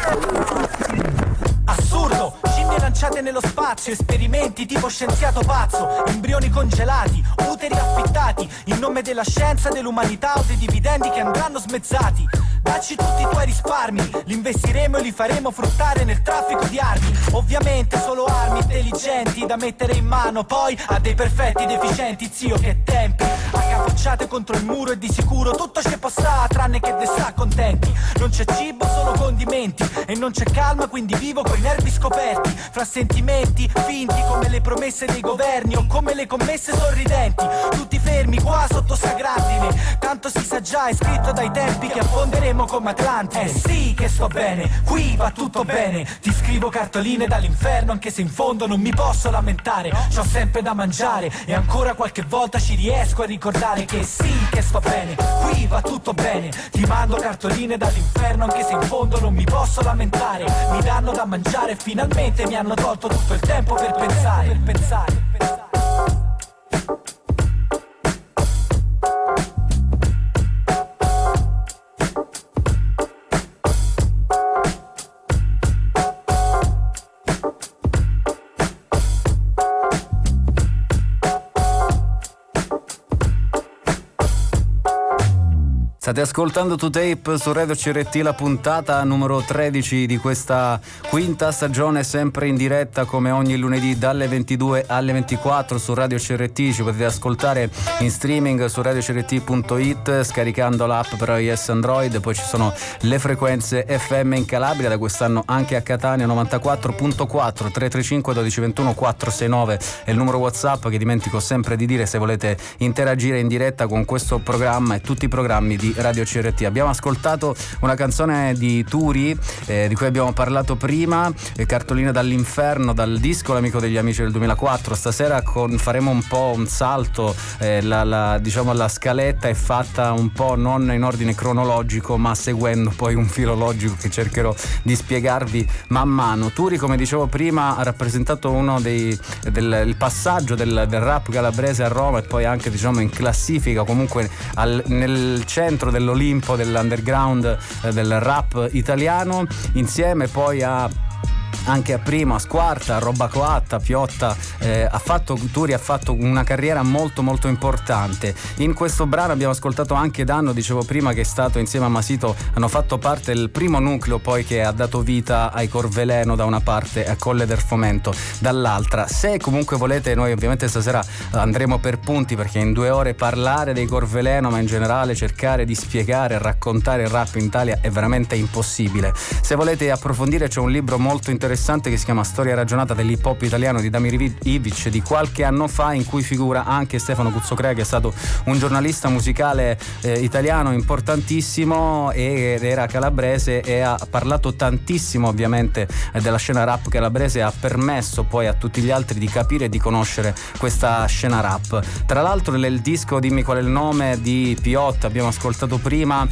Assurdo, scimmie lanciate nello spazio, esperimenti tipo scienziato pazzo, embrioni congelati, uteri affittati, in nome della scienza, dell'umanità o dei dividendi che andranno smezzati. Dacci tutti i tuoi risparmi, li investiremo e li faremo fruttare nel traffico di armi. Ovviamente solo armi intelligenti da mettere in mano poi a dei perfetti deficienti. Zio, che tempi, a capocciate contro il muro e di sicuro tutto c'è passà tranne che destà contenti. Non c'è cibo, solo condimenti e non c'è calma, quindi vivo coi nervi scoperti fra sentimenti finti come le promesse dei governi o come le commesse sorridenti. Tutti fermi qua sotto sta grandine, tanto si sa già, è scritto dai tempi che affonderemo come Atlantide. Sì che sto bene, qui va tutto bene. Ti scrivo cartoline dall'inferno anche se in fondo non mi posso lamentare. C'ho sempre da mangiare e ancora qualche volta ci riesco a ricordare che sì che sto bene, qui va tutto bene. Ti mando cartoline dall'inferno anche se in fondo non mi posso lamentare. Mi danno da mangiare e finalmente mi hanno tolto tutto il tempo per pensare, per pensare. State ascoltando 2Tape su Radio CRT, la puntata numero 13 di questa quinta stagione, sempre in diretta come ogni lunedì dalle 22 alle 24 su Radio CRT. Ci potete ascoltare in streaming su radiocrt.it scaricando l'app per iOS Android. Poi ci sono le frequenze FM in Calabria, da quest'anno anche a Catania 94.4, 335 1221 469 è il numero WhatsApp che dimentico sempre di dire se volete interagire in diretta con questo programma e tutti i programmi di Radio CRT. Abbiamo ascoltato una canzone di Turi di cui abbiamo parlato prima, Cartolina dall'inferno, dal disco L'amico degli amici del 2004. Stasera faremo un po' un salto, diciamo la scaletta è fatta un po' non in ordine cronologico ma seguendo poi un filo logico che cercherò di spiegarvi man mano. Turi, come dicevo prima, ha rappresentato uno il passaggio del rap calabrese a Roma e poi anche diciamo in classifica, comunque nel centro dell'Olimpo dell'underground del rap italiano, insieme poi anche a Primo, a Squarta, a Roba Coatta, Piotta. Turi ha fatto una carriera molto molto importante. In questo brano abbiamo ascoltato anche Danno, dicevo prima, che è stato insieme a Masito, hanno fatto parte del primo nucleo poi che ha dato vita ai Corveleno da una parte e a Colle del Fomento dall'altra. Se comunque volete, noi ovviamente stasera andremo per punti, perché in 2 ore parlare dei Corveleno, ma in generale cercare di spiegare e raccontare il rap in Italia è veramente impossibile. Se volete approfondire, c'è un libro molto interessante che si chiama Storia ragionata dell'hip hop italiano di Damir Ivic di qualche anno fa, in cui figura anche Stefano Cuzzocrea, che è stato un giornalista musicale italiano importantissimo ed era calabrese e ha parlato tantissimo ovviamente della scena rap calabrese e ha permesso poi a tutti gli altri di capire e di conoscere questa scena rap. Tra l'altro nel disco Dimmi qual è il nome di Piotta, abbiamo ascoltato prima,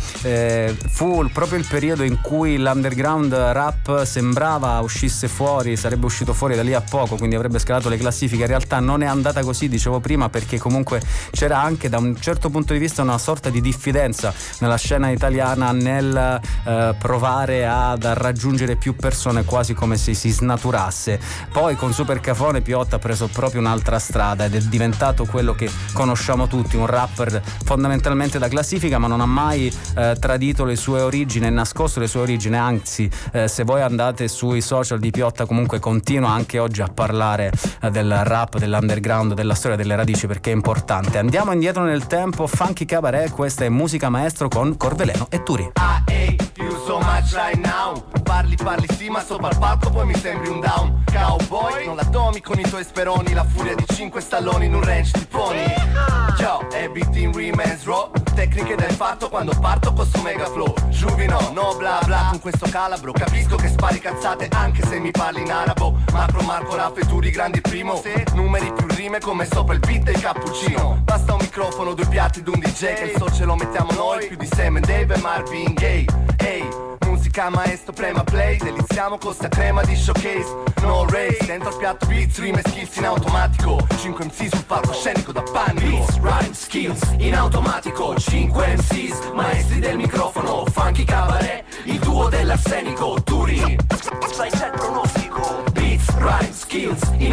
fu proprio il periodo in cui l'underground rap sembrava sarebbe uscito fuori da lì a poco, quindi avrebbe scalato le classifiche. In realtà non è andata così, dicevo prima, perché comunque c'era anche da un certo punto di vista una sorta di diffidenza nella scena italiana nel provare a raggiungere più persone, quasi come se si snaturasse. Poi con Super Cafone Piotta ha preso proprio un'altra strada ed è diventato quello che conosciamo tutti, un rapper fondamentalmente da classifica, ma non ha mai tradito le sue origini e nascosto le sue origini, anzi se voi andate sui social di Piotta comunque continua anche oggi a parlare del rap, dell'underground, della storia delle radici, perché è importante. Andiamo indietro nel tempo, Funky Cabaret, questa è Musica Maestro con Corveleno e Turi. You so much right now. Parli sì, ma sopra il palco poi mi sembri un down cowboy. Non la domi con i tuoi speroni, la furia di 5 stalloni in un range di pony. Yo, everything remains raw. Tecniche da infarto quando parto con sto mega flow. Giuvino, no bla bla, con questo calabro capisco che spari cazzate anche se mi parli in arabo. Macro, Marco, Raffa e Turi, grandi primo. Numeri più rime come sopra il beat del cappuccino. Basta un microfono, 2 piatti ed un DJ, che il so ce lo mettiamo noi, più di Sam and Dave e Marvin Gaye. Ehi, musica maestro, prema play, deliziamo con sta crema di showcase. No race, dentro al piatto beats, rime skills in automatico. 5 MC sul palcoscenico da panico. Beats, rhyme, skills in automatico. 5 MCs, maestri del microfono. Funky Cabaret, il duo dell'arsenico. Turi,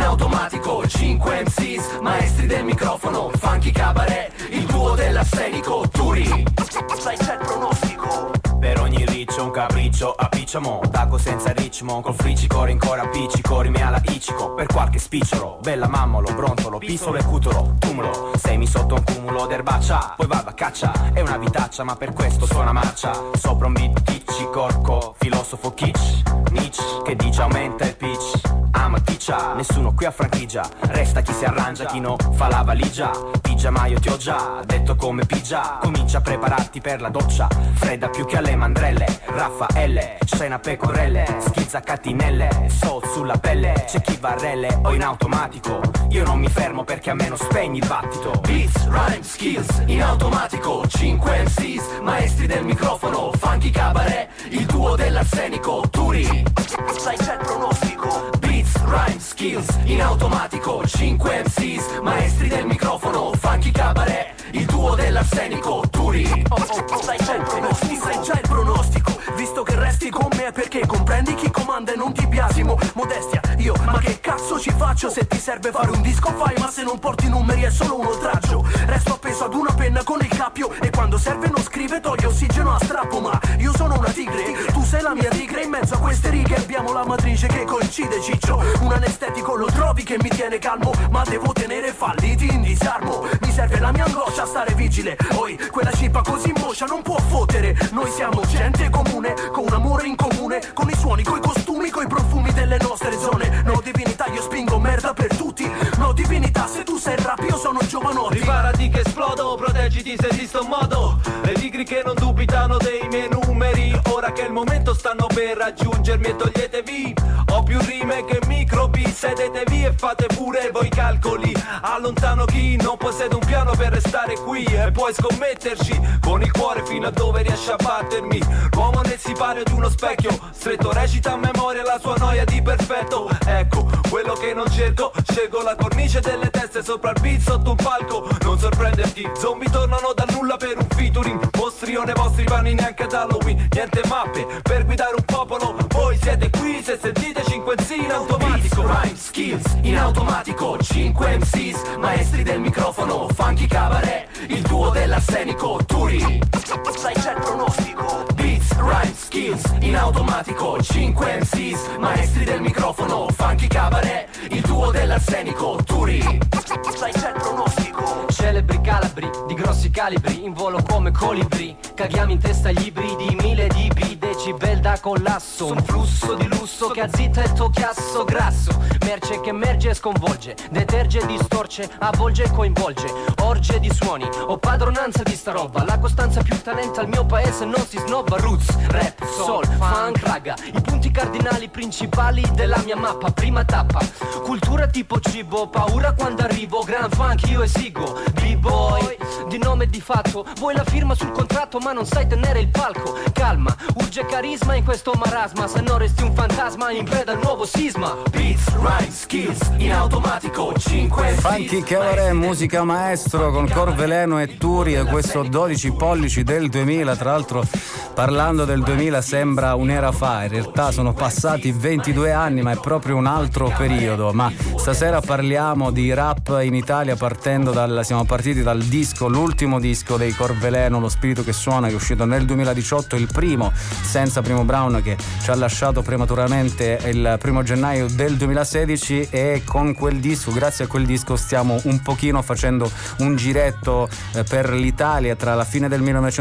automatico, 5 MCs, maestri del microfono, funky cabaret, il duo dell'arsenico, Turi. Sai c'è il pronostico. Per ogni riccio un capriccio, appicciamo, taco senza ritmo, col friccico rincorre appiccico, rime alla icico, per qualche spicciolo, bella mammolo, brontolo, pisolo e cutolo, tumulo, semi sotto un cumulo d'erbaccia, poi vado a caccia, è una vitaccia ma per questo suona marcia, sopra un beat ticci, corco, filosofo kitsch, Nietzsche, che dice aumenta il pitch, ama chiccia, nessuno qui a franchigia, resta chi si arrangia, chi no fa la valigia, pigia ma io ti ho già detto come pigia, comincia a prepararti per la doccia, fredda più che alle mandrelle, Raffaele, scena pecorelle, schizza catinelle, sol sulla pelle, c'è chi varrelle o in automatico, io non mi fermo perché a me non spegni il battito. Beats, rhyme, skills, in automatico, 5 MCs, maestri del microfono, funky cabaret, il duo dell'arsenico, Turi. Sai c'è il pronostico. Beats, rhyme, skills, in automatico, 5 MCs, maestri del microfono, funky cabaret, il duo dell'arsenico, Turi. Sai c'è il pronostico. Sai già il pronostico. Visto che resti con me è perché comprendi chi comanda e non ti biasimo. Modestia, io, ma che cazzo ci faccio? Se ti serve fare un disco fai, ma se non porti numeri è solo un oltraggio. Resto appeso ad una penna con il cappio e quando serve non scrive, toglie ossigeno a strappo. Ma io sono una tigre, tu sei la mia tigre. In mezzo a queste righe abbiamo la matrice che coincide, ciccio. Un anestetico lo trovi che mi tiene calmo, ma devo tenere falliti in disarmo. Mi serve la mia angoscia a stare vigile. Poi quella cipa così moscia non può fottere. Noi siamo gente comune, con un amore in comune, con i suoni, coi costumi, coi profumi delle nostre zone. No divinità, io spingo merda per tutti. No divinità, se tu sei rap io sono Giovanotti. Riparati che esplodo, proteggiti se esiste un modo. Le tigri che non dubitano dei miei numeri, ora che è il momento stanno per raggiungermi e toglietevi. Ho più rime che microbi, sedetevi e fate pure voi calcoli. Allontano chi non possiede un piano per restare qui e puoi scommetterci con il cuore fino a dove riesci a battermi. L'uomo nel sipario di uno specchio, stretto recita a memoria la sua noia di perfetto. Ecco, quello che non cerco, scelgo la cornice delle teste sopra il beat sotto un palco. Non sorprenderti, zombie tornano dal nulla per un featuring. Mostrione vostri panni neanche ad Halloween. Niente mappe per guidare un popolo, voi siete qui se sentite 5 MC in automatico. Beats, rhyme, skills, in automatico, 5 MCs, maestri del microfono, funky cabaret, il duo dell'arsenico, Turi. Sai c'è il pronostico. Beats, rhyme, skills, in automatico, 5 MCs, maestri del microfono, funky cabaret, il duo dell'arsenico, Turi. Sai c'è il pronostico. Celebri calabri, di grossi calibri, in volo come colibri. Caghiamo in testa gli ibridi, 1000 dB, decibel da collasso. Un flusso di lusso che azzitta il tuo chiasso grasso. Merce che emerge e sconvolge, deterge e distorce, avvolge e coinvolge. Orge di suoni, ho padronanza di sta roba. La costanza più talenta al mio paese non si snobba. Roots, rap, soul, funk, raga, i punti cardinali principali della mia mappa. Prima tappa, cultura tipo cibo, paura quando arrivo. Grand funk io esigo, b-boy di nome e di fatto. Vuoi la firma sul contratto ma non sai tenere il palco. Calma, urge carisma in questo marasma, se no resti un fantasma in preda al nuovo sisma. Beats, rhyme, skills, in automatico, 5 Funky Cabaret, musica maestro con Corveleno e Turi, e questo 12 pollici del 2000. Tra l'altro, parlando del 2000 sembra un'era fa, in realtà sono passati 22 anni, ma è proprio un altro periodo. Ma stasera parliamo di rap in Italia partendo siamo partiti dal disco, l'ultimo disco dei Corveleno, Lo Spirito che Suona, che è uscito nel 2018, il primo senza Primo Brown, che ci ha lasciato prematuramente il 1 gennaio del 2016. E con quel disco, grazie a quel disco, stiamo un pochino facendo un giretto per l'Italia tra la fine del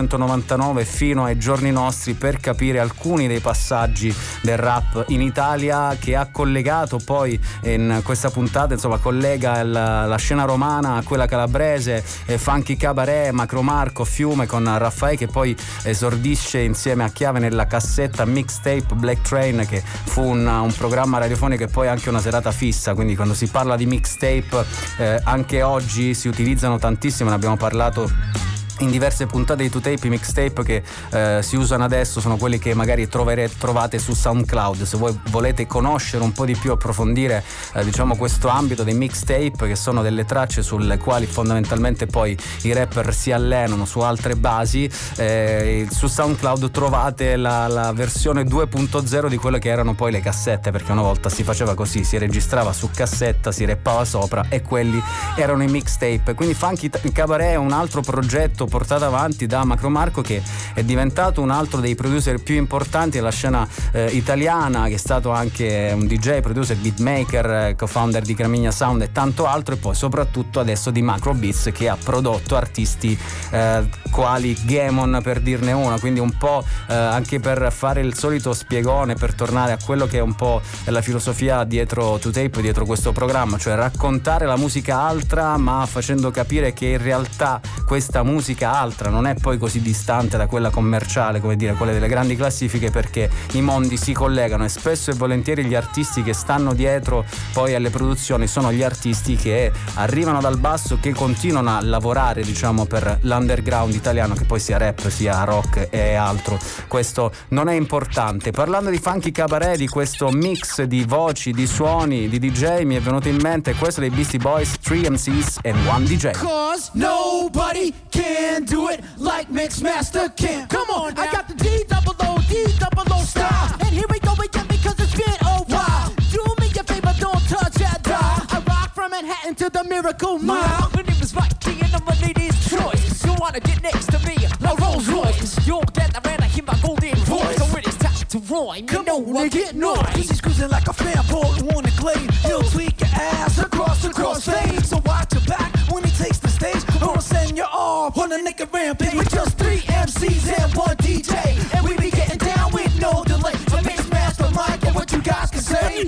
1999 fino ai giorni nostri, per capire alcuni dei passaggi del rap in Italia, che ha collegato poi in questa puntata, insomma collega la scena romana a quella calabrese, Funky Cabaret, Macro Marco, Fiume con Raffaele, che poi esordisce insieme a Chiave nella cassetta mixtape Black Train, che fu un programma radiofonico e poi anche una serata fissa. Quindi quando si parla di mixtape anche oggi si utilizzano tantissimo, ne abbiamo parlato in diverse puntate di 2Tape. I mixtape che si usano adesso sono quelli che magari trovate su SoundCloud. Se voi volete conoscere un po' di più, approfondire diciamo questo ambito dei mixtape, che sono delle tracce sulle quali fondamentalmente poi i rapper si allenano su altre basi, su SoundCloud trovate la versione 2.0 di quelle che erano poi le cassette, perché una volta si faceva così, si registrava su cassetta, si rappava sopra e quelli erano i mixtape. Quindi Funky Cabaret è un altro progetto portato avanti da Macro Marco, che è diventato un altro dei producer più importanti della scena italiana, che è stato anche un DJ, producer, beatmaker, co-founder di Gramigna Sound e tanto altro, e poi soprattutto adesso di Macro Beats, che ha prodotto artisti quali Gamon, per dirne una. Quindi un po' anche per fare il solito spiegone, per tornare a quello che è un po' la filosofia dietro 2Tape, dietro questo programma, cioè raccontare la musica altra, ma facendo capire che in realtà questa musica altra non è poi così distante da quella commerciale, come dire, quelle delle grandi classifiche, perché i mondi si collegano, e spesso e volentieri gli artisti che stanno dietro poi alle produzioni sono gli artisti che arrivano dal basso, che continuano a lavorare diciamo per l'underground italiano, che poi sia rap sia rock e altro. Questo non è importante. Parlando di Funky Cabaret, di questo mix di voci, di suoni, di DJ, mi è venuto in mente questo dei Beastie Boys, 3 MCs and 1 DJ. Cause nobody can do it like Mixmaster can. Come on, I got the D-double-O style, and here we go again because it's been a while. Do me a favor, don't touch that dial. I rock from Manhattan to the Miracle Mile. My name is Mikey and I'm a lady's choice. You wanna get next to me, like Rolls Royce? You'll get around, I hear my golden voice. So it is time to rhyme. Come on, we get noise. Cause he's cruising like a fanboy on the clay. He'll tweak your ass across the crossfade. So watch your back when he takes the stage, or send you off on a naked rampage. With just 3 MCs and 1 DJ, and we be getting down with no delay. So Mixmaster Mike, and what you guys can say.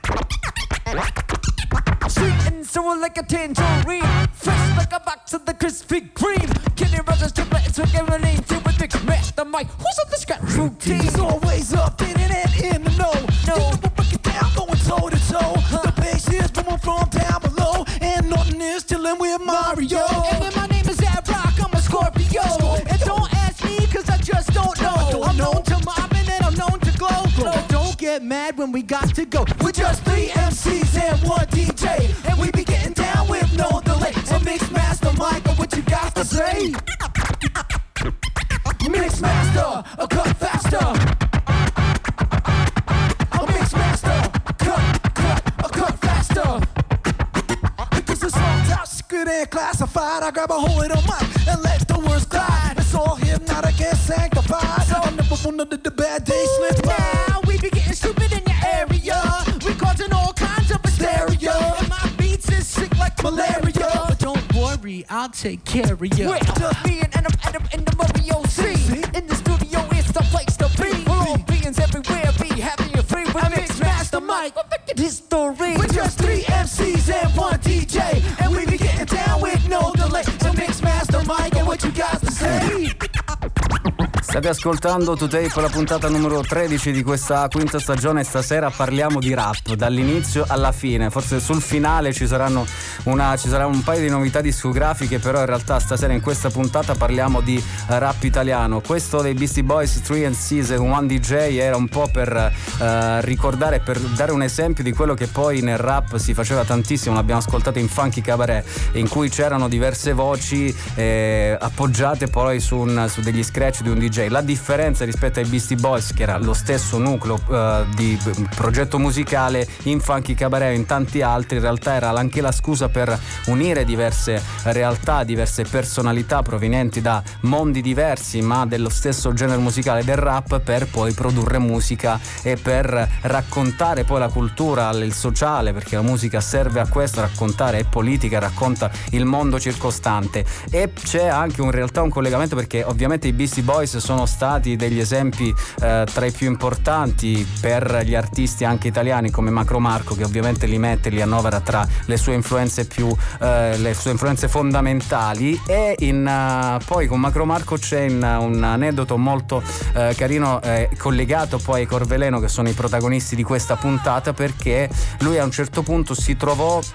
Sweet and sour like a tangerine, fresh like a box of the Krispy Kreme. Kenny Rogers, triplets with everything. Till with Mixmaster Mike, who's on the scratch routine? He's always up in it and in the know. No, we'll break it down, going toe to toe. The bass is booming from down below, and nothing is chillin' with Mario. And then my name is Ad Rock, I'm a Scorpio. And don't ask me, cause I just don't know. I'm known to mobbing and I'm known to glow. But don't get mad when we got to go. We're just 3 MCs and 1 DJ, and we be getting down with no delay. So Mixmaster Mike, what you got to say? Mixmaster, a cut faster. A Mixmaster, a cut faster. Because the song's out, secret and classified. I grab a hold of the mic and let the words glide. It's all hypnotic and sanctified. I never wanted the bad days slip by. Now we be getting stupid in your area. We causing all kinds of hysteria. And my beats is sick like malaria. But don't worry, I'll take care of you. Well, just me and Adam in the Mario C. In the studio, it's the place to be. We're all beings everywhere, be happy and free. With Mixmaster Mike, we're making history. We're just 3 MCs and 1 DJ, and we be getting down with no delay. So Mixmaster Mike, and what you got to say? State ascoltando 2Tape, la puntata numero 13 di questa quinta stagione. Stasera parliamo di rap dall'inizio alla fine. Forse sul finale ci sarà un paio di novità discografiche, però in realtà stasera in questa puntata parliamo di rap italiano. Questo dei Beastie Boys, 3 MCs e 1 DJ era un po' per ricordare, per dare un esempio di quello che poi nel rap si faceva tantissimo. L'abbiamo ascoltato in Funky Cabaret, in cui c'erano diverse voci appoggiate poi su degli scratch di un DJ. La differenza rispetto ai Beastie Boys, che era lo stesso nucleo di progetto musicale, in Funky Cabaret e in tanti altri, in realtà era anche la scusa per unire diverse realtà, diverse personalità provenienti da mondi diversi ma dello stesso genere musicale del rap, per poi produrre musica e per raccontare poi la cultura, il sociale, perché la musica serve a questo, raccontare, è politica, racconta il mondo circostante. E c'è anche in realtà un collegamento, perché ovviamente i Beastie Boys sono stati degli esempi tra i più importanti per gli artisti anche italiani, come Macro Marco, che ovviamente li annovera tra le sue influenze le sue influenze fondamentali. E poi con Macro Marco c'è un aneddoto molto carino collegato poi ai Corveleno, che sono i protagonisti di questa puntata, perché lui a un certo punto si trovò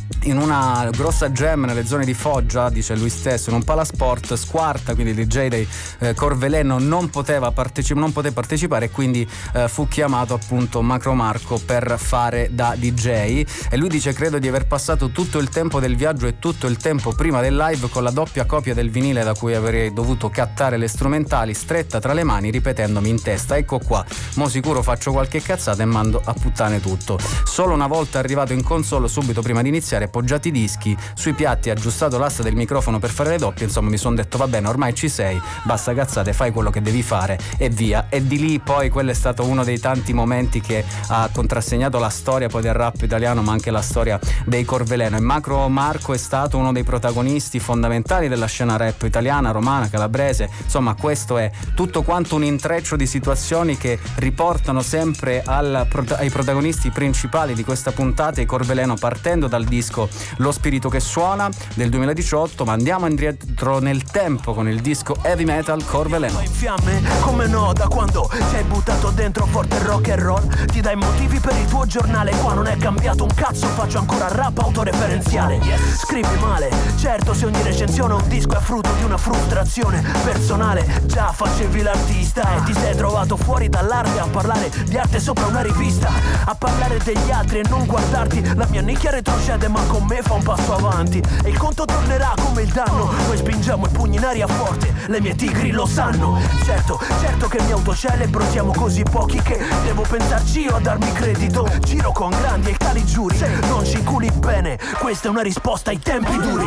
in una grossa jam nelle zone di Foggia, dice lui stesso, in un palasport. Squarta, quindi il DJ dei Corveleno, non poté partecipare e quindi fu chiamato appunto Macro Marco per fare da DJ. E lui dice: credo di aver passato tutto il tempo del viaggio e tutto il tempo prima del live con la doppia copia del vinile da cui avrei dovuto cattare le strumentali stretta tra le mani, ripetendomi in testa: ecco qua, mo sicuro faccio qualche cazzata e mando a puttane tutto. Solo una volta arrivato in console, subito prima di iniziare, poggiati i dischi sui piatti, aggiustato l'asta del microfono per fare le doppie, insomma mi sono detto va bene, ormai ci sei, basta cazzate, fai quello che devi fare e via. E di lì poi quello è stato uno dei tanti momenti che ha contrassegnato la storia poi del rap italiano, ma anche la storia dei Corveleno. E Macro Marco è stato uno dei protagonisti fondamentali della scena rap italiana, romana, calabrese. Insomma, questo è tutto quanto un intreccio di situazioni che riportano sempre ai protagonisti principali di questa puntata, i Corveleno, partendo dal disco Lo Spirito che Suona del 2018, ma andiamo indietro nel tempo con il disco Heavy Metal Corveleno. In fiamme, come no, da quando sei buttato dentro forte rock and roll, ti dai motivi per il tuo giornale, qua non è cambiato un cazzo, faccio ancora rap autoreferenziale. Scrivi male, certo, se ogni recensione un disco è frutto di una frustrazione personale, già facevi l'artista e ti sei trovato fuori dall'arte a parlare di arte sopra una rivista, a parlare degli altri e non guardarti. La mia nicchia retrocede ma con me fa un passo avanti e il conto tornerà come il danno. Noi spingiamo i pugni in aria forte, le mie tigri lo sanno. Certo che mi autocelebro, siamo così pochi che devo pensarci io a darmi credito. Giro con grandi e cali giuri, non ci inculi bene, questa è una risposta ai tempi duri.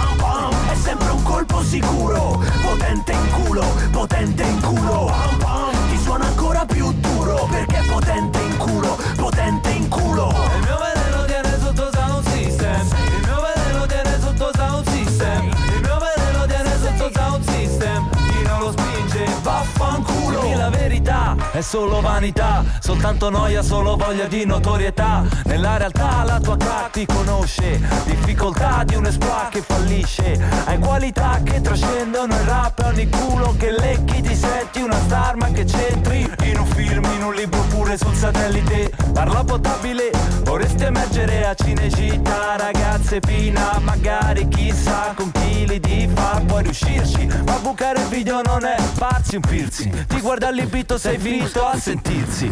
È sempre un colpo sicuro, potente in culo, potente in culo. Ti suona ancora più duro perché è potente in culo, potente in culo. Il mio veleno tiene sotto sound system, il mio veleno tiene sotto sound system, il mio veleno tiene sotto sound system. Chi non lo spinge vaffanculo. Dimmi la verità, è solo vanità, soltanto noia, solo voglia di notorietà. Nella realtà la tua crack ti conosce, difficoltà di un exploit che fallisce. Hai qualità che trascendono il rap, e ogni culo che lecchi ti senti una star, ma che c'entri in un film, in un libro, pure sul satellite. Parla potabile, vorresti emergere a Cinecittà, ragazze pina, magari chissà con chili di fa puoi riuscirci, ma bucare il video non è farsi un piercing, ti guarda all'invito, sei vinto a sentirsi.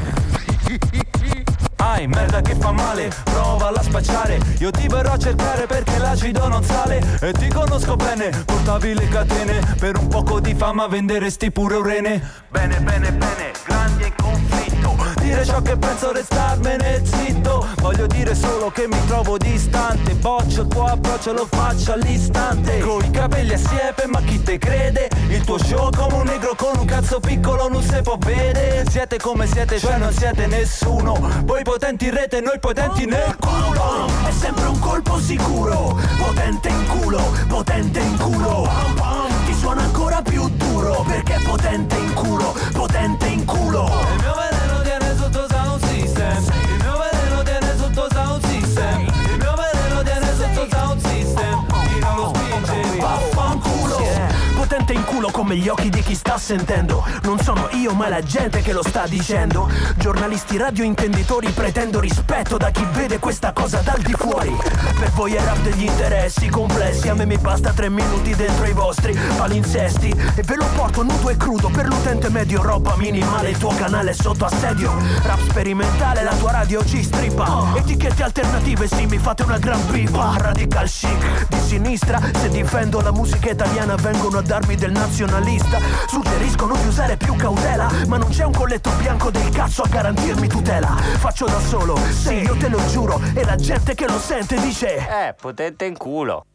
Ai, merda che fa male, provala a spacciare, io ti verrò a cercare perché l'acido non sale. E ti conosco bene, portavi le catene, per un poco di fama venderesti pure un rene. Bene, bene, bene, grandi in conflitto, dire ciò che penso, restarmene zitto. Voglio dire solo che mi trovo distante, boccio il tuo approccio, lo faccio all'istante. Coi capelli a siepe, ma chi te crede? Il tuo show come un negro con un cazzo piccolo non si può vedere. Siete come siete, cioè non siete nessuno. Voi potenti in rete, noi potenti nel culo. È sempre un colpo sicuro, potente in culo, potente in culo. Ti suona ancora più duro perché è potente in culo, potente in culo. Il mio veleno tiene sotto sound system, il mio veleno tiene sotto sound system, il mio veleno tiene sotto sound system. Chi non lo spinge vaffanculo. Potente in culo come gli occhi di chi sta sentendo. Non sono io ma è la gente che lo sta dicendo. Giornalisti, radio, intenditori, pretendo rispetto da chi vede questa cosa dal di fuori. Per voi è rap degli interessi complessi, a me mi basta 3 minuti dentro i vostri palinsesti e ve lo porto nudo e crudo. Per l'utente medio roba minimale, il tuo canale è sotto assedio. Rap sperimentale, la tua radio ci strippa. Etichette alternative, sì, mi fate una gran pipa. Radical chic di sinistra, se difendo la musica italiana vengono a darmi del nazionalista. Suggeriscono di usare più cautela, ma non c'è un colletto bianco del cazzo a garantirmi tutela. Faccio da solo, sì, io te lo giuro, e la gente che lo sente dice potente in culo.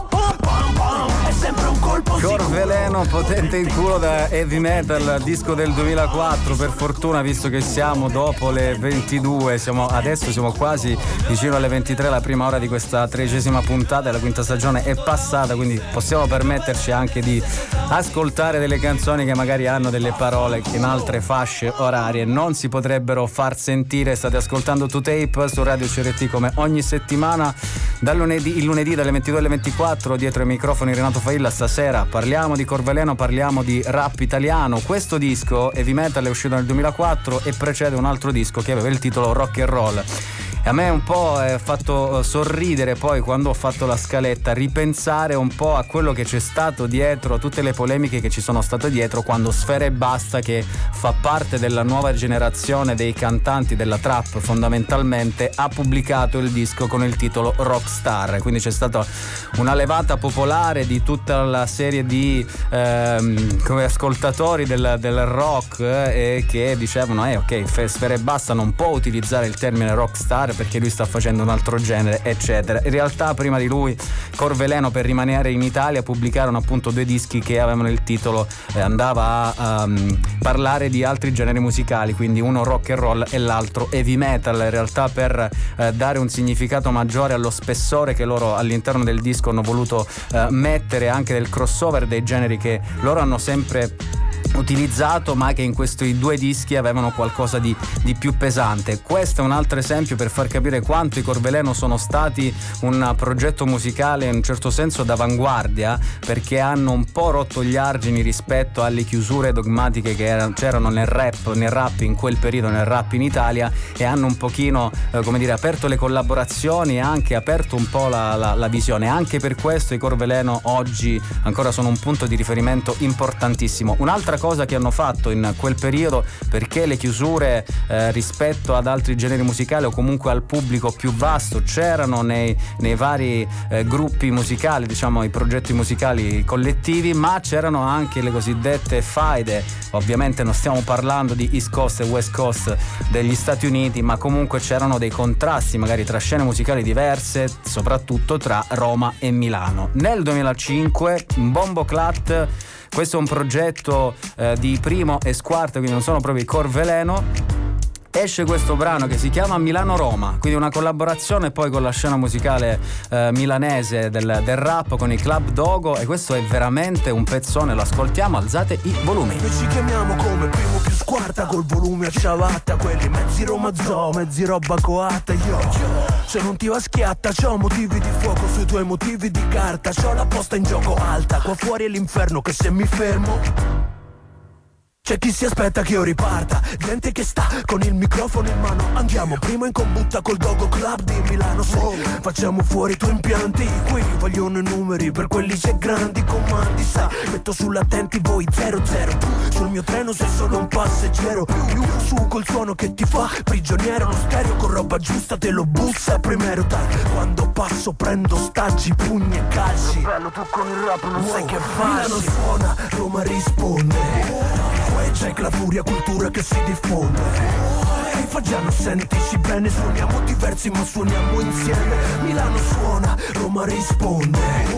È sempre un colpo Corveleno, potente in culo, da Heavy Metal, disco del 2004. Per fortuna, visto che siamo dopo le 22, adesso siamo quasi vicino alle 23, la prima ora di questa 13ª puntata, la quinta stagione è passata, quindi possiamo permetterci anche di ascoltare delle canzoni che magari hanno delle parole che in altre fasce orarie non si potrebbero far sentire. State ascoltando 2Tape su Radio CRT come ogni settimana, il lunedì dalle 22 alle 24, dietro ai microfoni Renato Failla. Stasera parliamo di Corveleno, parliamo di rap italiano. Questo disco Heavy Metal è uscito nel 2004 e precede un altro disco che aveva il titolo Rock and Roll. E a me un po' è fatto sorridere poi quando ho fatto la scaletta, ripensare un po' a quello che c'è stato dietro, a tutte le polemiche che ci sono state dietro quando Sfera Ebbasta, che fa parte della nuova generazione dei cantanti della trap fondamentalmente, ha pubblicato il disco con il titolo Rockstar. Quindi c'è stata una levata popolare di tutta la serie di come ascoltatori del rock che dicevano ok, Sfera Ebbasta non può utilizzare il termine rockstar perché lui sta facendo un altro genere, eccetera. In realtà prima di lui Corveleno, per rimanere in Italia, pubblicarono appunto 2 dischi che avevano il titolo andava a parlare di altri generi musicali, quindi uno rock and roll e l'altro heavy metal, in realtà per dare un significato maggiore allo spessore che loro all'interno del disco hanno voluto mettere, anche del crossover dei generi che loro hanno sempre utilizzato, ma che in questi 2 dischi avevano qualcosa di più pesante. Questo è un altro esempio per far capire quanto i Corveleno sono stati un progetto musicale in un certo senso d'avanguardia, perché hanno un po' rotto gli argini rispetto alle chiusure dogmatiche che c'erano nel rap in quel periodo, nel rap in Italia, e hanno un pochino aperto le collaborazioni e anche aperto un po' la visione. Anche per questo i Corveleno oggi ancora sono un punto di riferimento importantissimo. Un'altra cosa che hanno fatto in quel periodo, perché le chiusure rispetto ad altri generi musicali o comunque al pubblico più vasto c'erano nei vari gruppi musicali, diciamo i progetti musicali collettivi, ma c'erano anche le cosiddette faide. Ovviamente non stiamo parlando di East Coast e West Coast degli Stati Uniti, ma comunque c'erano dei contrasti magari tra scene musicali diverse, soprattutto tra Roma e Milano. Nel 2005 Bomboclat, questo è un progetto di Primo e Squarta, quindi non sono proprio i Corveleno, esce questo brano che si chiama Milano-Roma, quindi una collaborazione poi con la scena musicale milanese del rap, con i Club Dogo, e questo è veramente un pezzone, lo ascoltiamo, alzate i volumi. Noi ci chiamiamo come Primo più Squarta, col volume a ciabatta, quelli mezzi Roma zoo, mezzi roba coatta. Se non ti va schiatta, c'ho motivi di fuoco sui tuoi motivi di carta, c'ho la posta in gioco alta, qua fuori è l'inferno che se mi fermo c'è chi si aspetta che io riparta, gente che sta con il microfono in mano. Andiamo primo in combutta col Dogo Club di Milano. Se facciamo fuori i tuoi impianti, qui vogliono i numeri, per quelli c'è grandi comandi. Sai, metto sull'attenti voi 00. Tu sul mio treno sei solo un passeggero. Più su col suono che ti fa prigioniero. Lo stereo con roba giusta te lo bussa primero. Quando passo prendo staggi, pugni e calci. Bello, tu con il rap non sai che fai. Milano suona, Roma risponde. C'è la furia, cultura che si diffonde. Ehi Fagiano, sentici bene, suoniamo diversi ma suoniamo insieme. Milano suona, Roma risponde.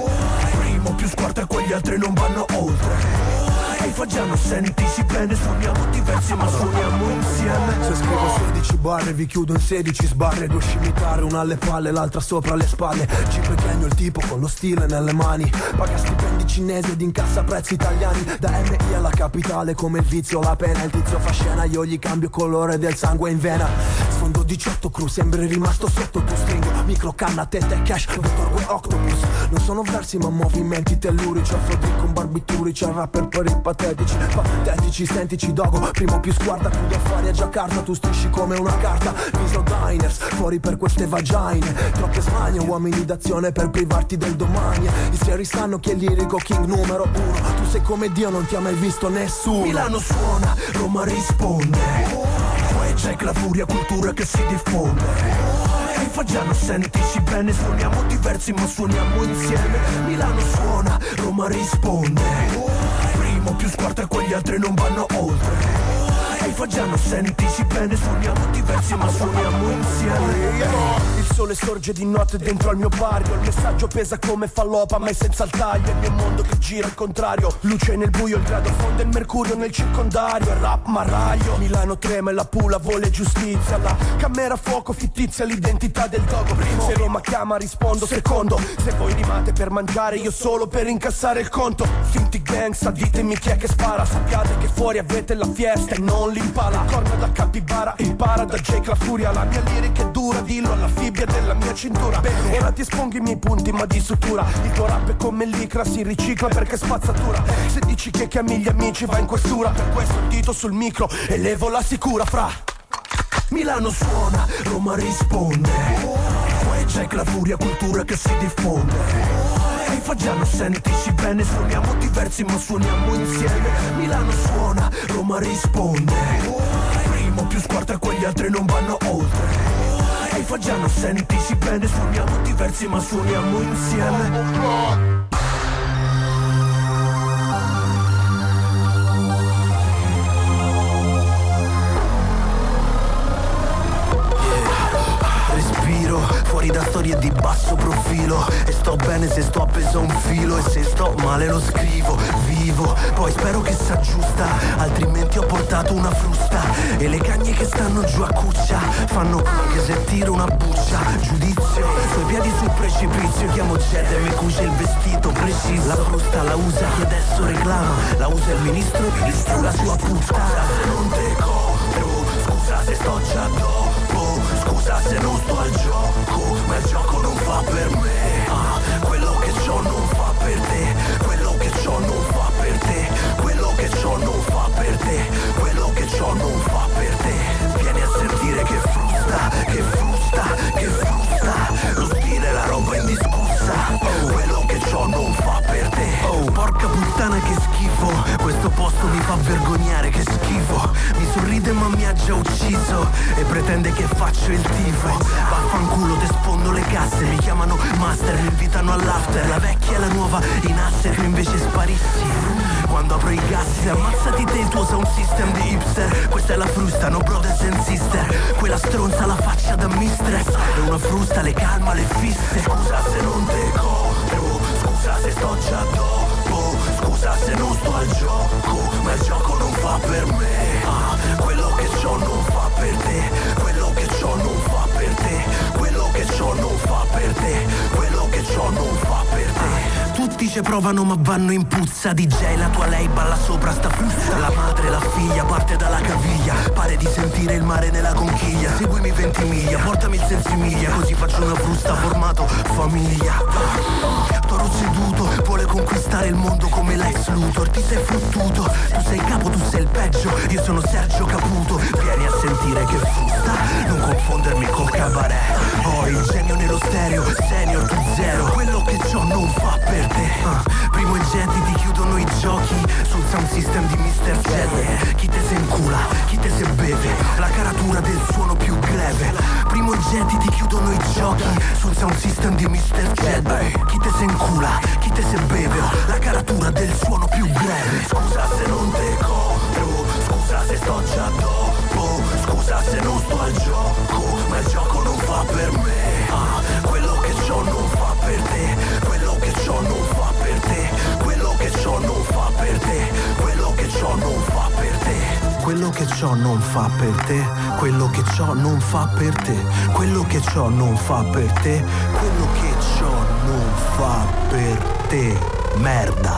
Primo più Squarta e quegli altri non vanno oltre. Ehi Fagiano, sentici bene, suoniamo diversi ma suoniamo insieme. Se scrivo 16 barre vi chiudo in 16 sbarre. 2 scimitare, una alle palle, l'altra sopra le spalle. Ci pequeno il tipo con lo stile nelle mani. Paga stipendi cinesi ed incassa prezzi italiani. Da MI alla capitale come il vizio la pena. Il tizio fa scena, io gli cambio colore del sangue in vena. Sfondo 18 cru, sembri rimasto sotto. Tu stringo, micro canna, testa e cash, dottor Gue Octopus. Non sono versi ma movimenti tellurici. Affodi con barbiturici, al rapper per i patetici, sentici Dogo, Primo più Squarta, chiudo affari a Giacarta, tu strisci come una carta, viso diners, fuori per queste vagine, troppe smanie, uomini d'azione per privarti del domani, i seri sanno chi è lirico king numero 1, tu sei come Dio, non ti ha mai visto nessuno. Milano suona, Roma risponde, poi c'è la furia, cultura che si diffonde. Ehi Fagiano, sentici bene, suoniamo diversi ma suoniamo insieme. Milano suona, Roma risponde. Primo più Squarta e quegli altri non vanno oltre. Ehi Fagiano, sentici bene, suoniamo diversi ma suoniamo insieme. Il sole sorge di notte dentro al mio barrio. Il messaggio pesa come fallopa ma è senza il taglio. Il mio mondo che gira al contrario. Luce nel buio, il grado fonde il mercurio nel circondario. Il rap marraglio, Milano trema e la pula volle giustizia. La camera fuoco fittizia l'identità del Dogo. Primo, se Roma chiama rispondo. Secondo, se voi rimate per mangiare io solo per incassare il conto. Finti gangsta, ditemi chi è che spara. Sappiate che fuori avete la fiesta e non l'impala. Corna da capibara, impara da Jake la furia. La mia lirica è dura, dillo alla fibbia della mia cintura. Bene, ora ti espongo i miei punti ma di sutura. Il tuo rap è come l'icra, si ricicla perché spazzatura. Se dici che chiami gli amici va in questura. Per questo dito sul micro e levo la sicura fra. Milano suona, Roma risponde. Jack la furia, cultura che si diffonde. Ehi Fagiano, sentici bene, suoniamo diversi ma suoniamo insieme. Milano suona, Roma risponde. Primo più squarta, quegli altri non vanno oltre. Ehi Fagiano, sentici bene, suoniamo diversi ma suoniamo insieme. Fuori da storie di basso profilo. E sto bene se sto appeso a un filo. E se sto male lo scrivo, vivo. Poi spero che s'aggiusta, altrimenti ho portato una frusta. E le cagne che stanno giù a cuccia fanno anche se tiro una buccia. Giudizio, suoi piedi sul precipizio. Chiamo Jed e mi cuce il vestito preciso. La frusta la usa chi adesso reclama. La usa il ministro la sua puttana. Se non te copro, scusa se sto già dopo. Scusa se non sto al gioco, ma il gioco non fa per me. Quello che c'ho non fa per te. Quello che c'ho non fa per te. Quello che c'ho non fa per te. Quello che c'ho non fa per te. Vieni a sentire che frusta, che frusta, che frusta. Lo stile è la roba indiscussa. Quello che c'ho non fa per te. Porca puttana che schifo. Questo posto mi fa vergognare, che schifo. Mi sorride ma mi ha già ucciso. E pretende che faccio il tifo. Vaffanculo, te sfondo le casse. Mi chiamano master, mi invitano all'after. La vecchia e la nuova in asset. Io invece sparissi quando apro i gas. Ammazzati te il tuo sound system di hipster. Questa è la frusta, no brothers and sister. Quella stronza la faccia da mistress. E una frusta le calma le fisse. Scusa se non te copro, scusa se sto già dopo. Scusa se non sto al gioco, ma il gioco non fa per me. Quello che c'ho non fa per te. Quello che c'ho non fa per te. Quello che c'ho non fa per te. Quello che c'ho non fa per te. Tutti ci provano ma vanno in puzza. DJ la tua lei balla sopra sta frusta. La madre e la figlia parte dalla caviglia. Pare di sentire il mare nella conchiglia. Seguimi 20 miglia, portami il sensimiglia. Così faccio una frusta formato famiglia. Toro seduto, vuole conquistare il mondo come l'ex Luthor. Ti sei fottuto, tu sei il capo, tu sei il peggio. Io sono Sergio Caputo. Vieni a sentire che frusta, non confondermi col cabaret. Ho il genio nello stereo, senior tu zero. Quello che c'ho non fa per te. Primo in jet ti chiudono i giochi sul sound system di Mr. Jet. Chi te se incula, chi te se beve, la caratura del suono più greve. Primo in jet ti chiudono i giochi sul sound system di Mr. Jet. Chi te se incula, chi te se beve, la caratura del suono più breve. Scusa se non te copro, scusa se sto già dopo. Scusa se non sto al gioco, ma il gioco non fa per me. Quello che c'ho non fa per te. Quello che c'ho non fa per te. Quello che c'ho non fa per te. Quello che c'ho non fa per te. Quello che c'ho non fa per te. Quello che c'ho non fa per te. Quello che c'ho non fa per te. Quello che c'ho non fa per te. Merda.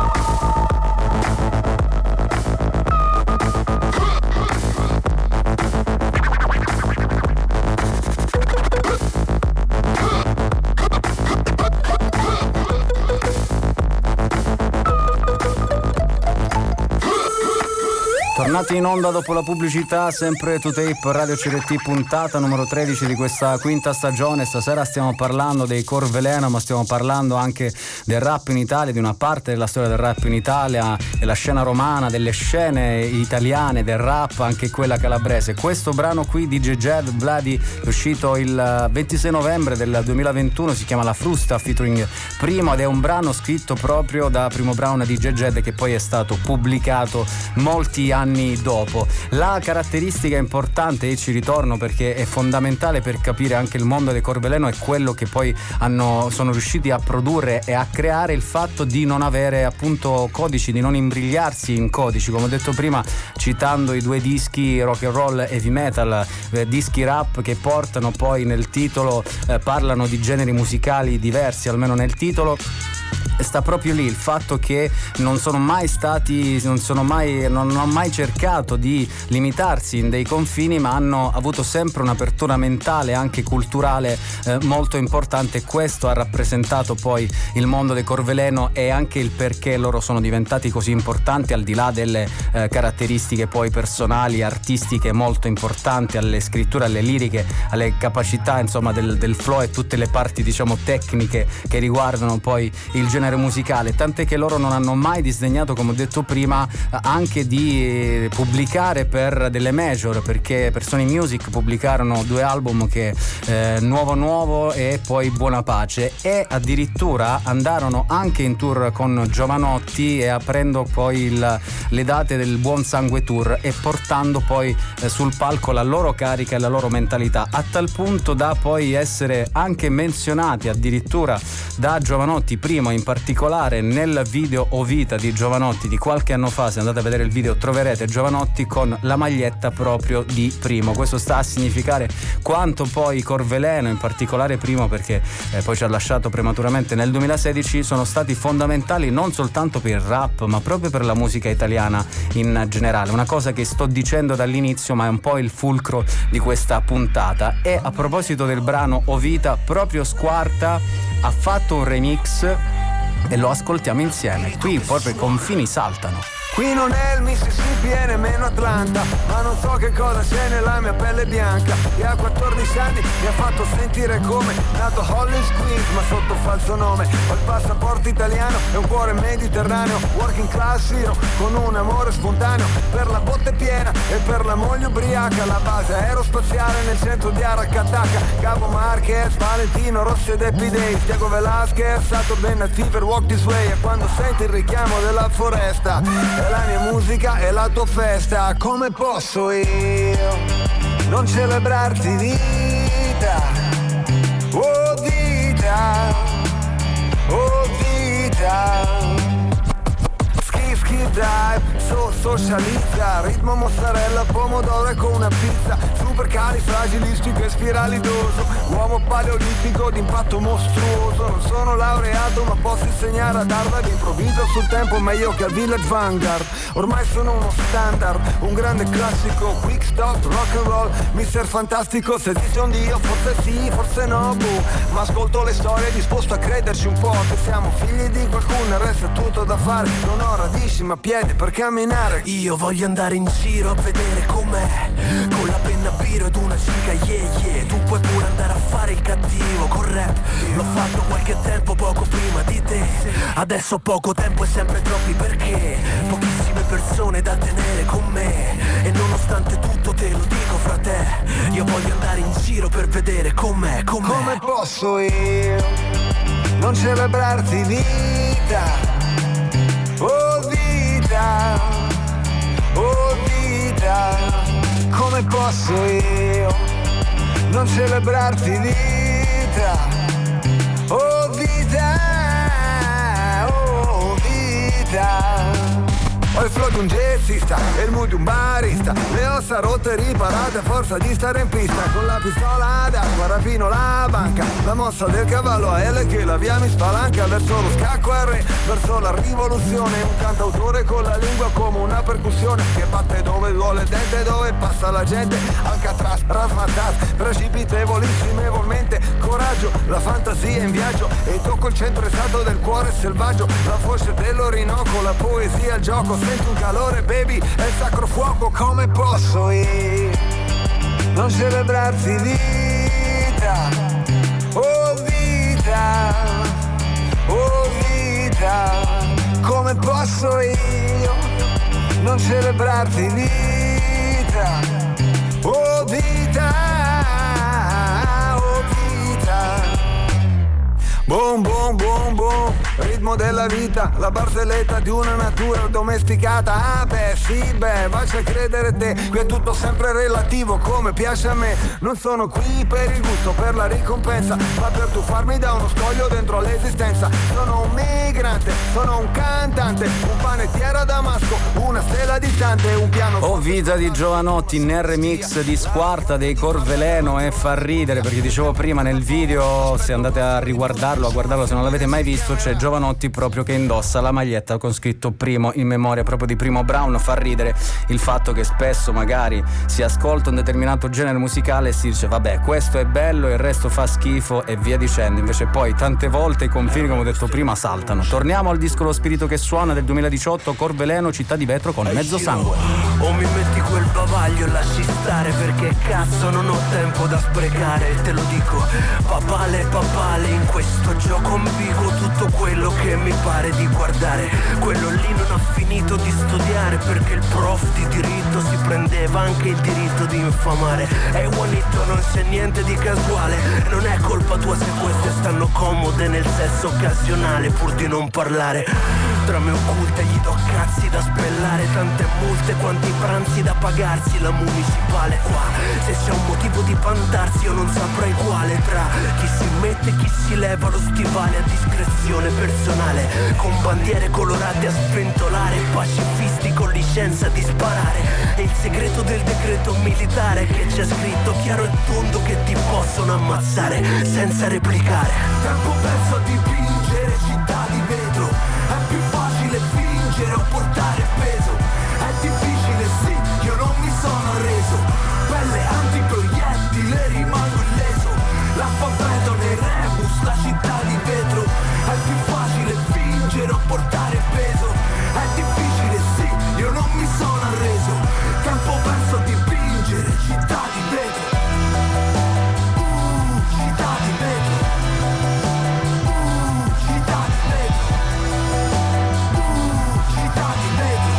Tornati in onda dopo la pubblicità, sempre To Tape Radio CRT, puntata numero 13 di questa quinta stagione. Stasera stiamo parlando dei Corveleno, ma stiamo parlando anche del rap in Italia, di una parte della storia del rap in Italia, della scena romana, delle scene italiane del rap, anche quella calabrese. Questo brano qui di Jed Vladi è uscito il 26 novembre del 2021, si chiama La Frusta featuring Primo, ed è un brano scritto proprio da Primo Brown di Jed, che poi è stato pubblicato molti anni dopo. La caratteristica importante, e ci ritorno perché è fondamentale per capire anche il mondo dei Corveleno, è quello che poi sono riusciti a produrre e a creare, il fatto di non avere appunto codici, di non imbrigliarsi in codici, come ho detto prima citando i due dischi rock and roll heavy metal, dischi rap che portano poi nel titolo, parlano di generi musicali diversi, almeno nel titolo. sta proprio lì il fatto che non hanno mai cercato di limitarsi in dei confini, ma hanno avuto sempre un'apertura mentale, anche culturale, molto importante. Questo ha rappresentato poi il mondo dei Corveleno e anche il perché loro sono diventati così importanti, al di là delle caratteristiche poi personali, artistiche molto importanti, alle scritture, alle liriche, alle capacità insomma del flow e tutte le parti diciamo tecniche che riguardano poi il genere musicale, tant'è che loro non hanno mai disdegnato, come ho detto prima, anche di pubblicare per delle major, perché per Sony Music pubblicarono 2 album, che Nuovo e poi Buona Pace, e addirittura andarono anche in tour con Giovanotti e aprendo poi le date del Buon Sangue Tour e portando poi sul palco la loro carica e la loro mentalità, a tal punto da poi essere anche menzionati addirittura da Giovanotti primo, in particolare nel video O Vita di Giovanotti di qualche anno fa. Se andate a vedere il video troverete Giovanotti con la maglietta proprio di Primo. Questo sta a significare quanto poi Corveleno, in particolare Primo, perché poi ci ha lasciato prematuramente nel 2016, sono stati fondamentali non soltanto per il rap ma proprio per la musica italiana in generale. Una cosa che sto dicendo dall'inizio, ma è un po' il fulcro di questa puntata. E a proposito del brano O Vita, proprio Squarta ha fatto un remix e lo ascoltiamo insieme. Qui proprio i confini saltano. Qui non è il Mississippi e nemmeno Atlanta, ma non so che cosa c'è nella mia pelle bianca. E a 14 anni mi ha fatto sentire come nato Hollis Queens, ma sotto falso nome. Ho il passaporto italiano e un cuore mediterraneo, working class hero, con un amore spontaneo per la botte piena e per la moglie ubriaca. La base aerospaziale nel centro di Aracataca, Cabo Marquez, Valentino Rossi ed Happy Days, Diego Velasquez, Saturday Night Fever, Walk This Way. E quando senti il richiamo della foresta, è la mia musica e la tua festa. Come posso io non celebrarti vita? Oh vita, oh vita. Skip drive, socializza, ritmo mozzarella, pomodoro e con una pizza, supercalifragilistico e spiralidoso, uomo paleolitico d'impatto mostruoso. Non sono laureato ma posso insegnare ad Harvard, improvviso sul tempo meglio che al Village Vanguard. Ormai sono uno standard, un grande classico, quick stop, rock and roll, Mister Fantastico. Se esiste un Dio forse sì, forse no, boh, ma ascolto le storie disposto a crederci un po', che siamo figli di qualcuno e resta tutto da fare. Non ho radici ma piede per camminare. Io voglio andare in giro a vedere com'è, con la penna biro ed una giga, yeah yeah. Tu puoi pure andare a fare il cattivo col rap, l'ho fatto qualche tempo poco prima di te. Adesso poco tempo e sempre troppi perché pochissime persone da tenere con me. E nonostante tutto te lo dico frate, io voglio andare in giro per vedere com'è. Come posso io non celebrarti vita? Oh vita, oh vita. Come posso io non celebrarti vita? Oh vita, oh vita. Ho il flow di un jazzista e il mood di un barista, le ossa rotte riparate a forza di stare in pista. Con la pistola d'acqua rapino la banca, la mossa del cavallo a L che la via mi spalanca. Verso lo scacco al re, verso la rivoluzione, un cantautore con la lingua come una percussione, che batte dove duole il dente, dove passa la gente. Alcatraz, razzmatazz, precipitevolissimevolmente, coraggio, la fantasia in viaggio, e tocco il centro esatto del cuore selvaggio, la voce dell'Orinoco, la poesia, il gioco. Senti un calore baby, è il sacro fuoco. Come posso io non celebrarti vita? Oh vita, oh vita. Come posso io non celebrarti vita? Oh vita, oh vita. Boom, boom, boom, boom, ritmo della vita, la barzelletta di una natura domesticata. Ah beh, sì, beh, faccia credere te, qui è tutto sempre relativo, come piace a me. Non sono qui per il gusto, per la ricompensa, ma per tuffarmi da uno scoglio dentro l'esistenza. Sono un migrante, sono un cantante, un panettiere a Damasco, una stella distante, un piano. Oh vita di Giovanotti nel remix di Squarta dei Corveleno, e fa ridere perché dicevo prima nel video, se andate a riguardarlo, a guardarlo se non l'avete mai visto, c'è Jovanotti proprio che indossa la maglietta con scritto Primo in memoria proprio di Primo Brown. Fa ridere il fatto che spesso magari si ascolta un determinato genere musicale e si dice vabbè, questo è bello, il resto fa schifo e via dicendo, invece poi tante volte i confini, come ho detto prima, saltano. Torniamo al disco Lo Spirito che Suona del 2018, Corveleno, Città di Vetro con Mezzo Sangue. O mi metti quel bavaglio e lasci stare, perché cazzo non ho tempo da sprecare, te lo dico, papale, in questo gioco ambiguo tutto quello che mi pare di guardare, quello lì non ha finito di studiare, perché il prof di diritto si prendeva anche il diritto di infamare. E Juanito non c'è niente di casuale, non è colpa tua se queste stanno comode nel sesso occasionale, pur di non parlare. Trame occulte gli do cazzi da spellare, tante multe quanti pranzi da pagarsi, la municipale qua. Se c'è un motivo di vantarsi io non saprei quale, tra chi si mette e chi si leva lo stivale a discrezione personale, con bandiere colorate a sventolare, pacifisti con licenza di sparare. E il segreto del decreto militare che c'è scritto chiaro e tondo che ti possono ammazzare senza replicare. Tempo perso a dipingere città di vetro, è più facile fingere o portare peso, è difficile sì, io non mi sono arreso, pelle antiproiettile rimango illeso, l'alfabeto nei rebus, la città di vetro, è più facile fingere o portare peso, è difficile sì, io non mi sono arreso, tempo perso a dipingere città di vetro, città di vetro, città di vetro, città di vetro,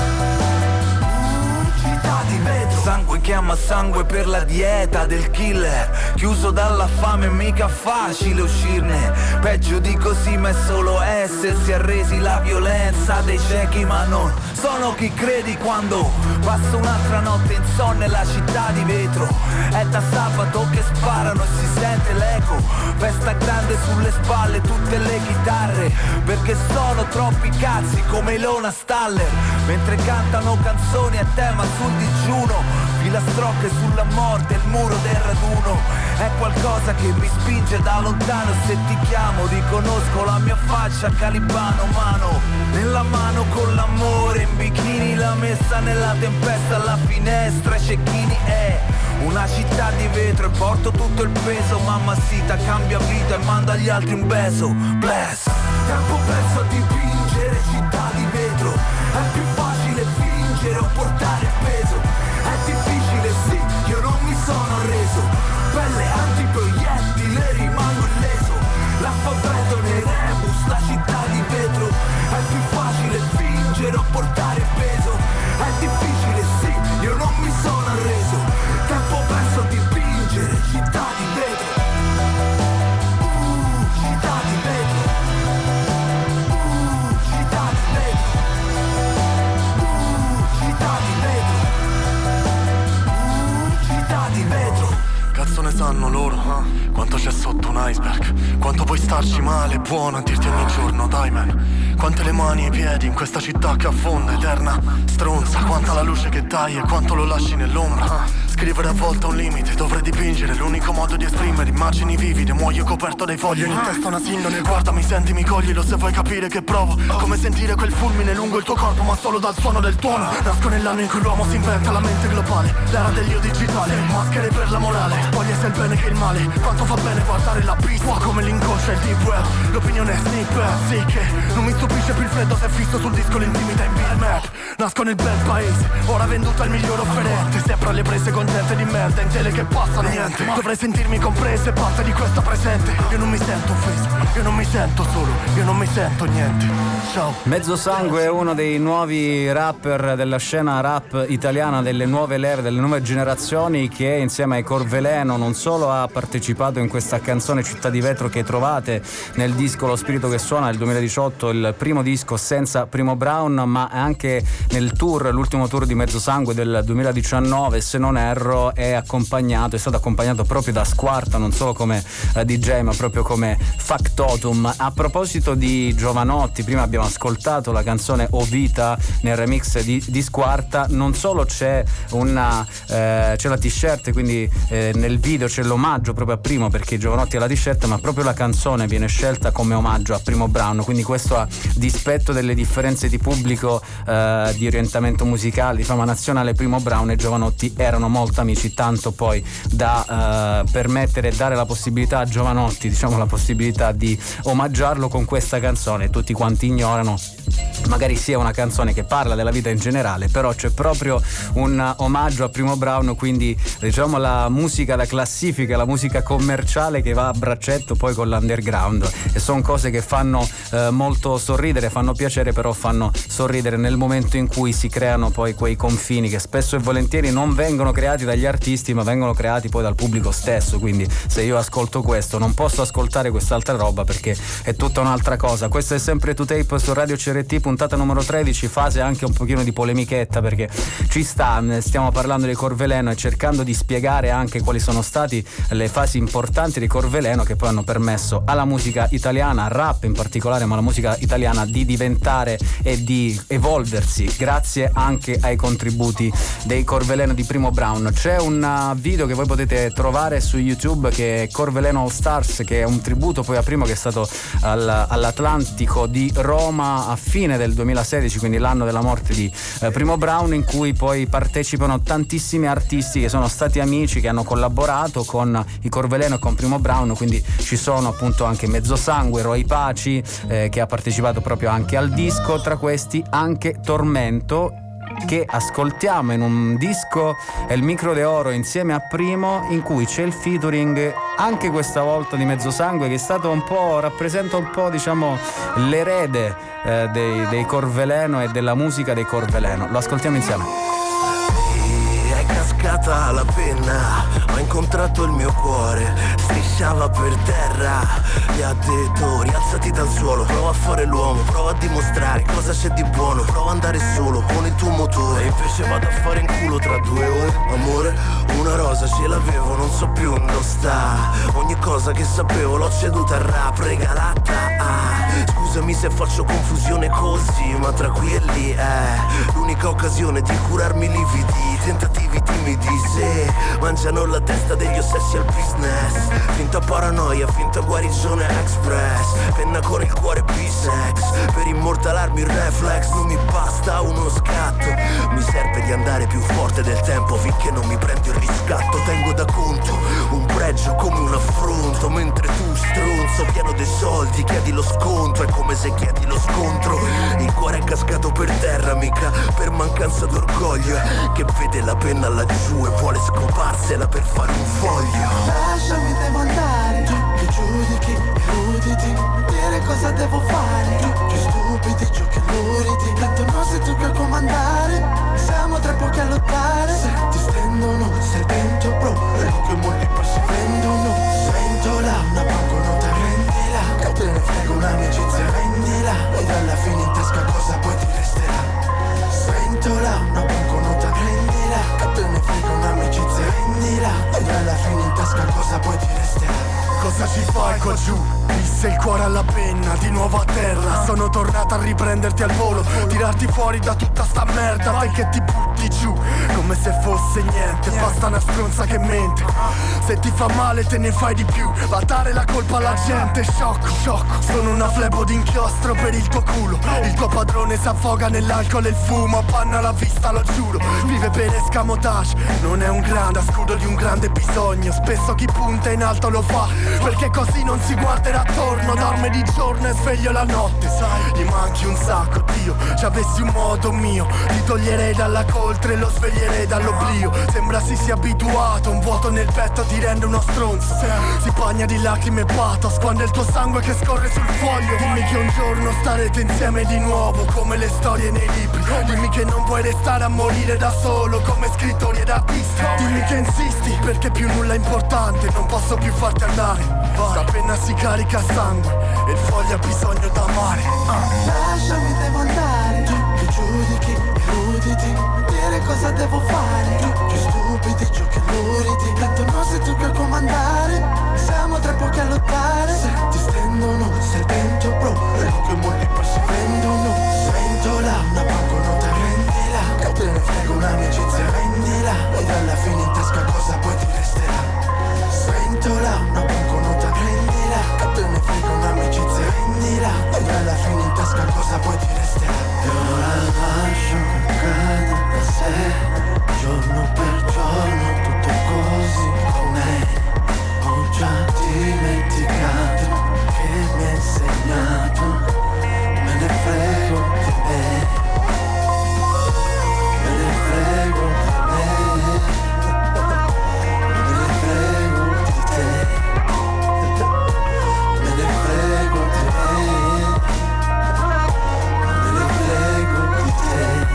città di vetro. Sangue chiama sangue per la dieta del killer, chiuso dalla fame mica facile uscirne, peggio di così ma è solo essersi arresi, la violenza dei ciechi ma non sono chi credi quando passo un'altra notte insonne nella città di vetro, è da sabato che sparano e si sente l'eco, festa grande sulle spalle tutte le chitarre, perché sono troppi cazzi come Ilona Staller, mentre cantano canzoni a tema sul digiuno, filastrocche sulla morte, il muro del raduno, è qualcosa che mi spinge da lontano, se ti chiamo riconosco la mia faccia, Calibano, mano nella mano con l'amore in bikini, la messa nella tempesta alla finestra, cecchini, è una città di vetro e porto tutto il peso, mamma sita cambia vita e manda agli altri un beso, bless. Tempo perso a dipingere città di vetro, è più facile fingere o portare peso, è difficile sì, io non mi sono arreso, pelle antiproiettile rimango illeso, l'alfabeto nei rebus, la città di vetro, è più facile fingere o portare peso, è difficile sì, io non mi sono arreso, tempo perso a dipingere città di vetro, città di vetro, città di vetro, città di vetro, città di vetro. Cazzo ne sanno loro, quanto c'è sotto un iceberg, quanto puoi starci male e buono a dirti ogni giorno, dai man, quante le mani e i piedi in questa città che affonda, eterna stronza, quanta la luce che dai e quanto lo lasci nell'ombra. Scrivere a volte un limite, dovrei dipingere, l'unico modo di esprimere immagini vivide, muoio coperto dai fogli, ogni testa una sindone, guardami, sentimi, coglilo se vuoi capire che provo, come sentire quel fulmine lungo il tuo corpo ma solo dal suono del tuono. Nasco nell'anno in cui l'uomo si inventa la mente globale, l'era dell'io digitale, maschere per la morale, spoglie sia il bene che il male, quanto fa bene guardare l'abisso, come l'inconscio e il deep web, l'opinione è snippet, sì che non mi stupisce più il freddo se fisso sul disco l'intimità in beat map. Nasco nel bel paese, ora venduto al miglior offerente, sempre alle prese con gente di merda, in tele che passano niente, dovrei sentirmi compreso e parte di questo presente, io non mi sento offeso, io non mi sento solo, io non mi sento niente. Ciao. Mezzo Sangue è uno dei nuovi rapper della scena rap italiana, delle nuove leve, delle nuove generazioni, che insieme ai Corveleno non solo ha partecipato in questa canzone Città di Vetro che trovate nel disco Lo Spirito che Suona del 2018, il primo disco senza Primo Brown, ma anche nel tour, l'ultimo tour di Mezzo Sangue del 2019, se non erro, è stato accompagnato proprio da Squarta, non solo come DJ ma proprio come factotum. A proposito di Jovanotti, prima abbiamo ascoltato la canzone O Vita nel remix di Squarta, non solo c'è la t-shirt, quindi nel video video c'è l'omaggio proprio a Primo, perché Jovanotti è la t-shirt, ma proprio la canzone viene scelta come omaggio a Primo Brown, quindi questo a dispetto delle differenze di pubblico, di orientamento musicale, di fama nazionale. Primo Brown e Jovanotti erano molto amici, tanto poi da permettere e dare la possibilità a Jovanotti, diciamo, la possibilità di omaggiarlo con questa canzone. Tutti quanti ignorano magari sia una canzone che parla della vita in generale, però c'è proprio un omaggio a Primo Brown, quindi diciamo la musica da classifica, la musica commerciale che va a braccetto poi con l'underground, e sono cose che fanno molto sorridere, fanno piacere, però fanno sorridere nel momento in cui si creano poi quei confini che spesso e volentieri non vengono creati dagli artisti, ma vengono creati poi dal pubblico stesso. Quindi se io ascolto questo non posso ascoltare quest'altra roba perché è tutta un'altra cosa. Questo è sempre 2Tape su Radio CRT, puntata numero 13, fase anche un pochino di polemichetta, perché ci sta, stiamo parlando di Corveleno e cercando di spiegare anche quali sono stati le fasi importanti di Corveleno che poi hanno permesso alla musica italiana, rap in particolare, ma alla musica italiana, di diventare e di evolversi grazie anche ai contributi dei Corveleno di Primo Brown. C'è un video che voi potete trovare su YouTube che è Corveleno All Stars, che è un tributo poi a Primo, che è stato all'Atlantico di Roma a fine del 2016, quindi l'anno della morte di Primo Brown, in cui poi partecipano tantissimi artisti che sono stati amici, che hanno collaborato con i Corveleno e con Primo Brown. Quindi ci sono appunto anche Mezzosangue, Roy Paci, che ha partecipato proprio anche al disco, tra questi anche Tormento, che ascoltiamo in un disco, è il Micro de Oro insieme a Primo, in cui c'è il featuring anche questa volta di Mezzosangue, che è stato un po', rappresenta un po', diciamo, l'erede dei Corveleno e della musica dei Corveleno. Lo ascoltiamo insieme. È cascata la penna, ho incontrato il mio cuore, strisciava per terra. Gli ha detto rialzati dal suolo, prova a fare l'uomo, prova a dimostrare cosa c'è di buono, prova a andare solo con il tuo motore. E invece vado a fare in culo tra 2 ore. Amore, una rosa ce l'avevo, non so più dove sta. Ogni cosa che sapevo l'ho ceduta al rap, regalata. Scusami se faccio confusione così, ma tra qui e lì è l'unica occasione di curarmi i lividi, tentativi timidi se mangiano la testa degli ossessi al business. Finta paranoia, finta guarigione express, penna con il cuore bisex, per immortalarmi il reflex non mi basta uno scatto, mi serve di andare più forte del tempo finché non mi prendo il riscatto. Tengo da conto un pregio come un affronto, mentre tu stronzo pieno dei soldi chiedi lo sconto, è come se chiedi lo scontro. Il cuore è cascato per terra, mica per mancanza d'orgoglio, che vede la penna laggiù e vuole scoparsela per fare un foglio. Lasciami, devo andare, tu che giudichi, illuditi, dire cosa devo fare, tu che stupidi, giù che luridi, tanto non sei tu che comandare, siamo tra pochi a lottare, se ti stendono, sei dentro pro, quello che molti poi si vendono, sventola, una banconota prendila, che te ne frega un'amicizia vendila, ed alla fine in tasca cosa poi ti resterà, sventola, una banconota prendila, che te ne frega un'amicizia vendila, ed alla fine in tasca cosa poi ti resterà. Cosa ci fai qua giù? Disse il cuore alla penna, di nuovo a terra. Sono tornata a riprenderti al volo, tirarti fuori da tutta sta merda, fai che ti butti giù come se fosse niente. Basta una stronza che mente, se ti fa male te ne fai di più, va a dare la colpa alla gente. Sciocco, sciocco, sono una flebo d'inchiostro per il tuo culo. Il tuo padrone s'affoga nell'alcol e il fumo, appanna la vista, lo giuro. Vive per escamotage, non è un grande a scudo di un grande bisogno. Spesso chi punta in alto lo fa perché così non si guarderà attorno. Dorme di giorno e sveglio la notte, sai, gli manchi un sacco, Dio. Se avessi un modo mio, ti toglierei dalla coltre e lo sveglierei dall'oblio. Sembra si sia abituato, un vuoto nel petto ti rende uno stronzo. Si bagna di lacrime e pathos quando è il tuo sangue che scorre sul foglio. Dimmi che un giorno starete insieme di nuovo come le storie nei libri. Dimmi che non vuoi restare a morire da solo come scrittori ed artisti. Dimmi che insisti perché più nulla è importante, non posso più farti andare. Sta penna si carica sangue e il foglio ha bisogno d'amare. Lasciami, devo andare, tu che giudichi, illuditi, dire cosa devo fare, tu che stupidi, giù che luridi, tanto non sei tu che comandare, siamo tra pochi a lottare, se ti stendono, sei dentro pro, quello che molti poi si vendono, sventola, una banconota prendila, che te ne frega un'amicizia vendila, ed alla fine in tasca cosa poi ti resterà. cosa poi ti resterà. E ora lascio che cada da sé, giorno per giorno tutto così com'è. Ho già dimenticato che mi hai insegnato, me ne frego di me, me ne frego di me, me ne frego di te, me ne frego di me, me ne frego di te.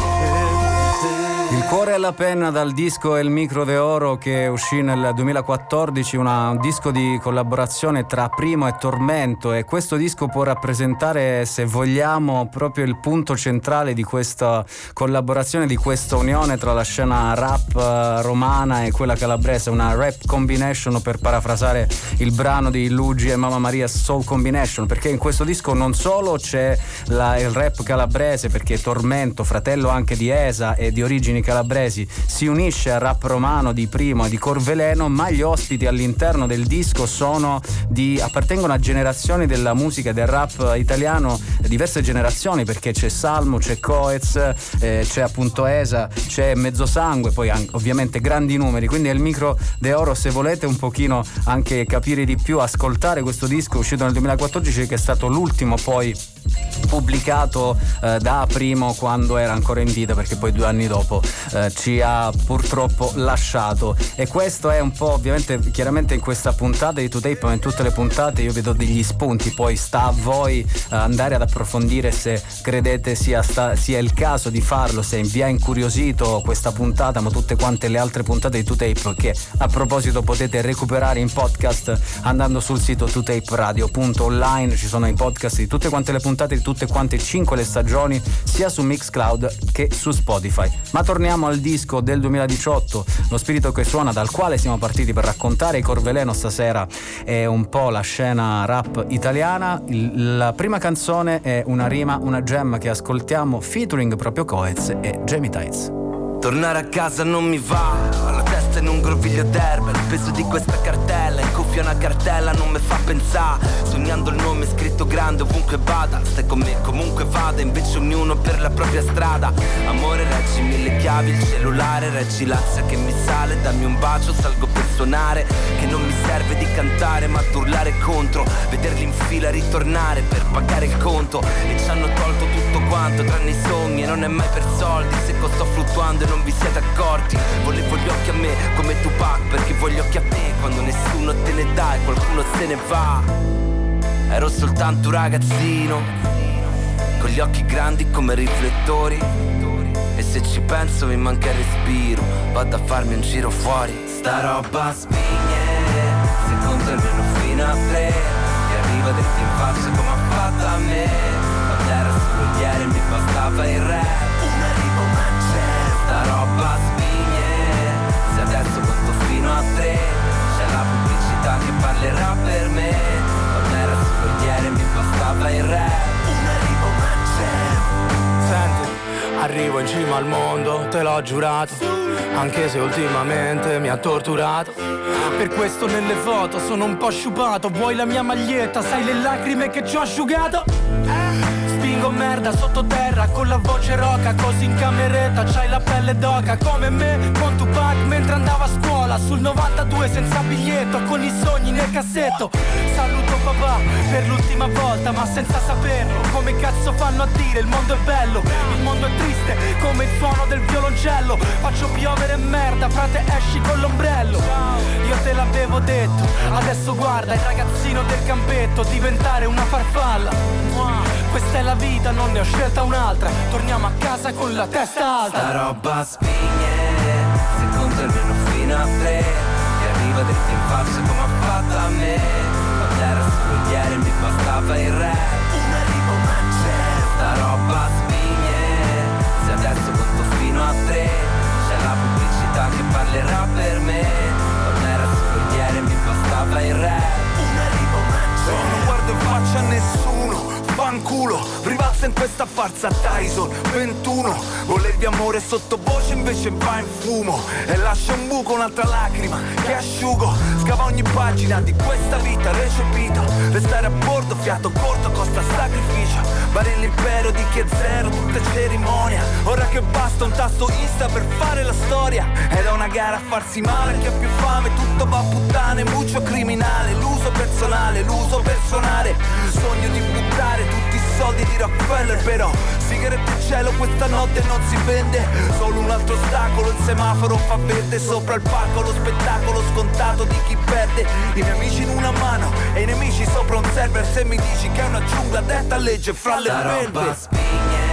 Il cuore alla penna dal disco El Micro de Oro, che uscì nel 2014, un disco di collaborazione tra Primo e Tormento, e questo disco può rappresentare, se vogliamo, proprio il punto centrale di questa collaborazione, di questa unione tra la scena rap romana e quella calabrese, una rap combination, per parafrasare il brano di Luigi e Mamma Maria, Soul Combination, perché in questo disco non solo c'è il rap calabrese, perché Tormento, fratello anche di Esa e di origini calabresi, si unisce al rap romano di Primo e di Corveleno, ma gli ospiti all'interno del disco appartengono a generazioni della musica e del rap italiano, diverse generazioni, perché c'è Salmo, c'è Coez, c'è appunto Esa, c'è Mezzosangue, poi ovviamente grandi numeri. Quindi è il Micro de Oro, se volete un pochino anche capire di più, ascoltare questo disco uscito nel 2014, che è stato l'ultimo poi pubblicato da Primo quando era ancora in vita, perché poi 2 anni dopo ci ha purtroppo lasciato. E questo è un po', ovviamente, chiaramente in questa puntata di 2Tape, ma in tutte le puntate io vi do degli spunti, poi sta a voi andare ad approfondire se credete sia il caso di farlo, se vi ha incuriosito questa puntata, ma tutte quante le altre puntate di 2Tape, che a proposito potete recuperare in podcast andando sul sito 2taperadio.online. Ci sono i podcast di tutte quante le puntate di tutte quante 5 le stagioni, sia su Mixcloud che su Spotify. Ma torniamo al disco del 2018, Lo spirito che suona, dal quale siamo partiti per raccontare i Corveleno stasera e un po' la scena rap italiana. La prima canzone è una rima, una gemma che ascoltiamo, featuring proprio Coez e Jamie Tights. Tornare a casa non mi va, la testa in un groviglio d'erba, il peso di questa cartella, in cuffia una cartella non mi fa pensare, sognando il nome scritto grande ovunque vada, stai con me comunque vada, invece ognuno per la propria strada. Amore, reggimi le chiavi, il cellulare, reggi l'ansia che mi sale, dammi un bacio, salgo per suonare, che non mi serve di cantare ma urlare contro, vederli in fila ritornare per pagare il conto, e ci hanno tolto tutto quanto tranne i sogni, e non è mai per soldi, se sto fluttuando e non vi siete accorti. Volevo gli occhi a me come Tupac, perché voglio occhi a te quando nessuno te ne dà e qualcuno se ne va. Ero soltanto un ragazzino con gli occhi grandi come riflettori, e se ci penso mi manca il respiro, vado a farmi un giro fuori. Sta roba spigne, se conto almeno fino a 3, e arriva dritti in faccia come ha fatto a me. Quando era solo ieri mi bastava il rap, una rima, una c'è. Sta roba spigne, se adesso conto fino a 3, c'è la pubblicità che parlerà per me. Quando era solo ieri mi bastava il rap, una rima, una c'è. Senti, arrivo in cima al mondo, te l'ho giurato, anche se ultimamente mi ha torturato. Per questo nelle foto sono un po' sciupato. Vuoi la mia maglietta, sai le lacrime che ci ho asciugato? Spingo merda sottoterra con la voce roca, così in cameretta c'hai la pelle d'oca. Come me con Tupac mentre andavo a scuola, sul 92 senza biglietto, con i sogni nel cassetto. Saluto papà per l'ultima volta, ma senza saperlo. Come cazzo fanno a dire il mondo è bello? Il mondo è triste come il suono del violoncello. Faccio piovere merda, frate esci con l'ombrello. Io te l'avevo detto, adesso guarda il ragazzino del campetto diventare una farfalla. Questa è la vita, non ne ho scelta un'altra. Torniamo a casa con la testa alta. Sta roba spigne, se conto almeno fino a 3, e arriva dritti in faccia come ha fatto a me. Quando era solo ieri mi bastava il rap, una rima, una c'è. Sta roba spigne, se adesso conto fino a 3, c'è la pubblicità che parlerà per me. Quando era solo ieri mi bastava il rap, una rima, una c'è. Non guardo in faccia a nessuno, fanculo, rivalsa in questa farsa Tyson 21, volevi amore sottovoce invece va in fumo. E lascia un buco, un'altra lacrima che asciugo. Scava ogni pagina di questa vita recepita. Restare a bordo, fiato corto, costa sacrificio. Vale l'impero di chi è zero, tutta cerimonia. Ora che basta un tasto Insta per fare la storia. Ed è una gara a farsi male, chi ha più fame, tutto va a puttane. Muccio criminale, l'uso personale, l'uso personale. Sogno di buttare tutti i soldi di Rockefeller, però sigarette in cielo questa notte non si vende. Solo un altro ostacolo, il semaforo fa verde. Sopra il palco lo spettacolo scontato di chi perde. I miei amici in una mano e i nemici sopra un server. Se mi dici che è una giungla detta legge fra le belve. roba spigne,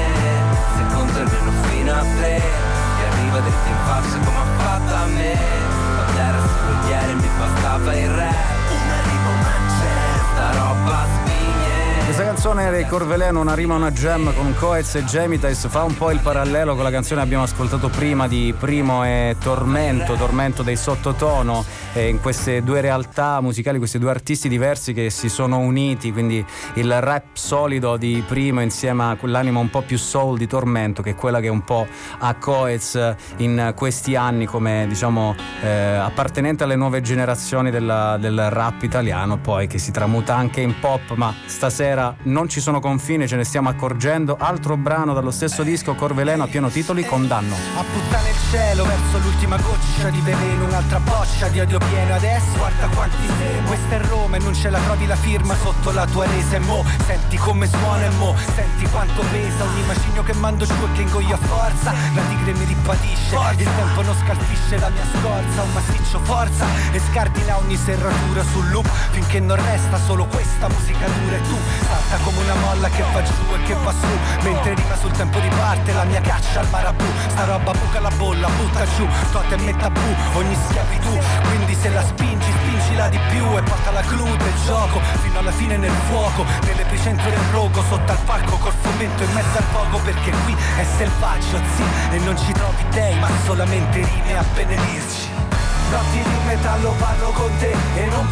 se conto almeno fino a 3, che arriva dritto in faccia come ha fatto a me. La terra su ieri mi bastava il rap, una rima una jam, sta roba spigne. Questa canzone dei Corveleno, una rima una jam con Coez e Gemitais, fa un po' il parallelo con la canzone che abbiamo ascoltato prima di Primo e Tormento dei Sottotono, in queste due realtà musicali, questi due artisti diversi che si sono uniti, quindi il rap solido di Primo insieme a quell'anima un po' più soul di Tormento, che è quella che un po' ha Coez in questi anni come, diciamo, appartenente alle nuove generazioni del rap italiano, poi che si tramuta anche in pop. Ma stasera non ci sono confini, ce ne stiamo accorgendo. Altro brano dallo stesso disco, Corveleno a pieno titoli, Condanno. A puttane il cielo verso l'ultima goccia di veleno, un'altra boccia di odio pieno. Adesso guarda quanti siamo. Questa è Roma e non ce la trovi la firma sotto la tua resa. E mo senti come suona e mo senti quanto pesa ogni macigno che mando giù e che ingoia a forza. La tigre mi ripatisce, il tempo non scalfisce la mia scorza. Un massiccio forza e scardina ogni serratura sul loop finché non resta solo questa musica dura. E tu salta come una molla che va giù e che va su, mentre rima sul tempo di parte la mia caccia al marabù. Sta roba buca la bolla, butta giù, totem e tabù, ogni schiavitù. Quindi se la spingi, spingila di più e porta la clou del gioco fino alla fine nel fuoco, nell'epicentro del rogo, sotto al palco col fomento in mezzo al poco. Perché qui è selvaggio, sì, e non ci trovi dei, ma solamente rime a benedirci. Notti di metallo parlo con te e non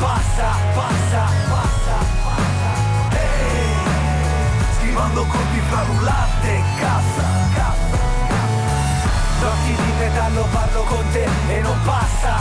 passa. Schivando colpi fra rullate e cassa. Notti di metallo parlo con te e non passa.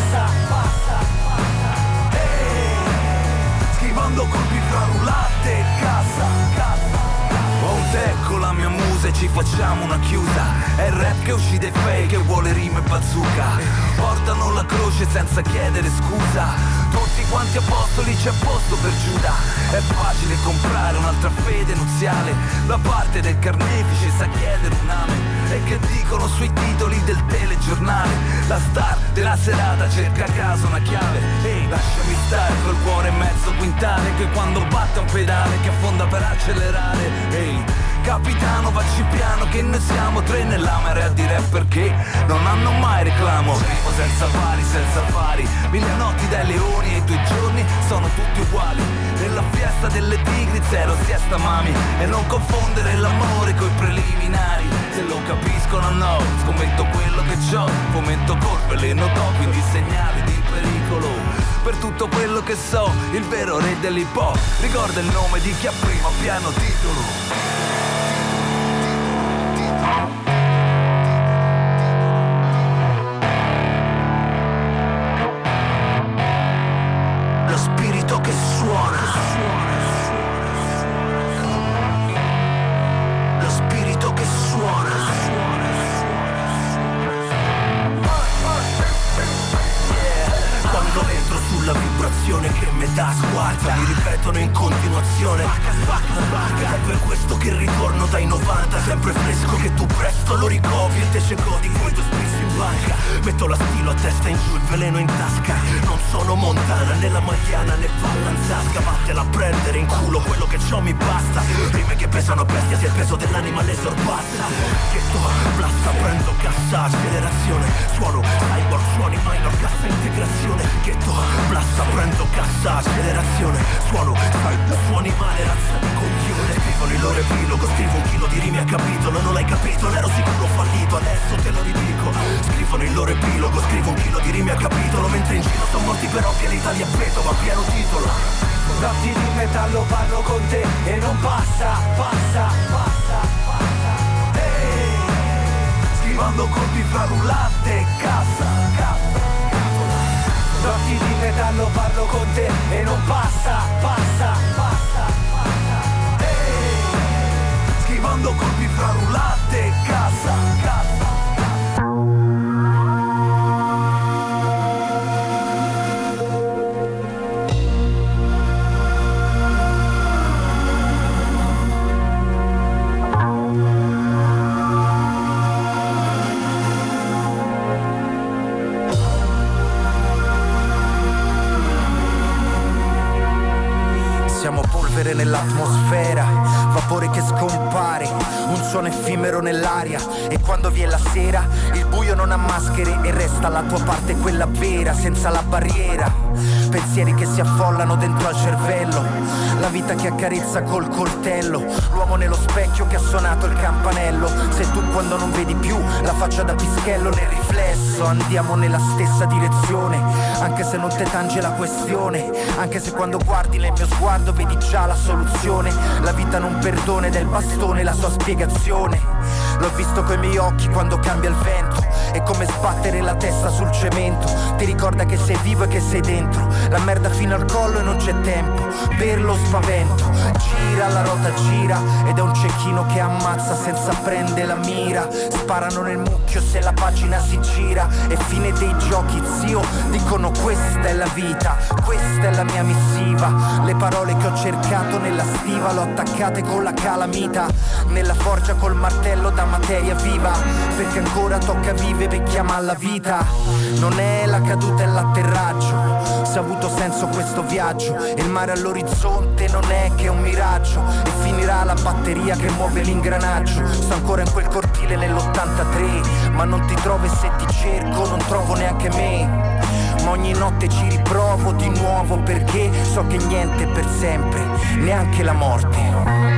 Schivando colpi fra rullate e cassa. Ho un tè con la mia musa e ci facciamo una chiusa. È il rap che uscì dai fake e vuole rime e bazooka. Portano la croce senza chiedere scusa. Tutti quanti apostoli, c'è posto per Giuda. È facile comprare un'altra fede nuziale. La parte del carnefice sa chiedere un amen. E che dicono sui titoli del telegiornale. La star della serata cerca a caso una chiave. Ehi, lasciami stare col cuore mezzo quintale, che quando batte un pedale che affonda per accelerare. Ehi, capitano, vacci piano che noi siamo tre nella marea di rapper che non hanno mai reclamo. Scrivo senza pari, senza affari, 1000 notti dai leoni e i tuoi giorni sono tutti uguali. Nella fiesta delle tigri zero siesta mami. E non confondere l'amore coi preliminari. Se lo capiscono no, scommetto quello che c'ho. Fomento col veleno do, quindi segnali di pericolo. Per tutto quello che so, il vero re dell'hip hop ricorda il nome di chi ha prima piano titolo. Che suona, lo spirito che suona. Quando entro sulla vibrazione che mi dà sguarda, mi ripetono in continuazione. È per questo che ritorno dai 90 sempre fresco, che tu presto lo ricopi e te cerco di quei tuoi spizzi in banca. Metto la stilo a testa in giù, il veleno in tasca. Non sono Montana, né la Magliana, né Vallanzasca. Vattela a prendere in culo, quello che c'ho mi basta. Rime che pesano bestia, se il peso dell'anima le sorpassa. Ghetto, blasta, prendo cassa, accelerazione. Suono, cyborg, suoni minor, cassa, integrazione. Ghetto, blasta, prendo cassa, accelerazione. Suono, cyborg, suoni male, razza di coglione. Scrivono il loro epilogo, scrivo un chilo di rime a capitolo. Non l'hai capito, ero sicuro fallito, adesso te lo ridico. Scrivono il loro epilogo, scrivo un chilo di rime a capitolo. Mentre in giro sono morti per occhi e l'Italia peto, ma pieno titolo. Notti di metallo parlo con te e non passa. Schivando colpi fra rullate e cassa. Notti di metallo parlo con te e non passa. Schivando colpi fra rullate e cassa. Siamo polvere nell'atmosfera, vapore che scompare, un suono effimero nell'aria. E quando viene la sera, il buio non ha maschere e resta la tua parte, quella vera, senza la barriera. Pensieri che si affollano dentro al cervello, la vita che accarezza col coltello, l'uomo nello specchio che ha suonato il campanello. Sei tu quando non vedi più la faccia da pischello nel riflesso. Andiamo nella stessa direzione, anche se non te tange la questione, anche se quando guardi nel mio sguardo vedi già la soluzione. La vita non perdona ed è il bastone la sua spiegazione. L'ho visto coi miei occhi quando cambia il vento, è come sbattere la testa sul cemento. Ti ricorda che sei vivo e che sei dentro, la merda fino al collo e non c'è tempo per lo spavento. Gira la rota, gira, ed è un cecchino che ammazza senza prendere la mira. Sparano nel mucchio se la pagina si gira. E fine dei giochi, zio, dicono questa è la vita, questa è la mia missiva. Le parole che ho cercato nella stiva l'ho attaccate con la calamita, nella forgia col martello da materia viva, perché ancora tocca vivere e chiama alla vita. Non è la caduta, è l'atterraggio, se ha avuto senso questo viaggio. E il mare all'orizzonte non è che un miraggio, e finirà la batteria che muove l'ingranaggio. Sto ancora in quel cortile nell'83, ma non ti trovo e se ti cerco non trovo neanche me. Ma ogni notte ci riprovo di nuovo, perché so che niente è per sempre, neanche la morte.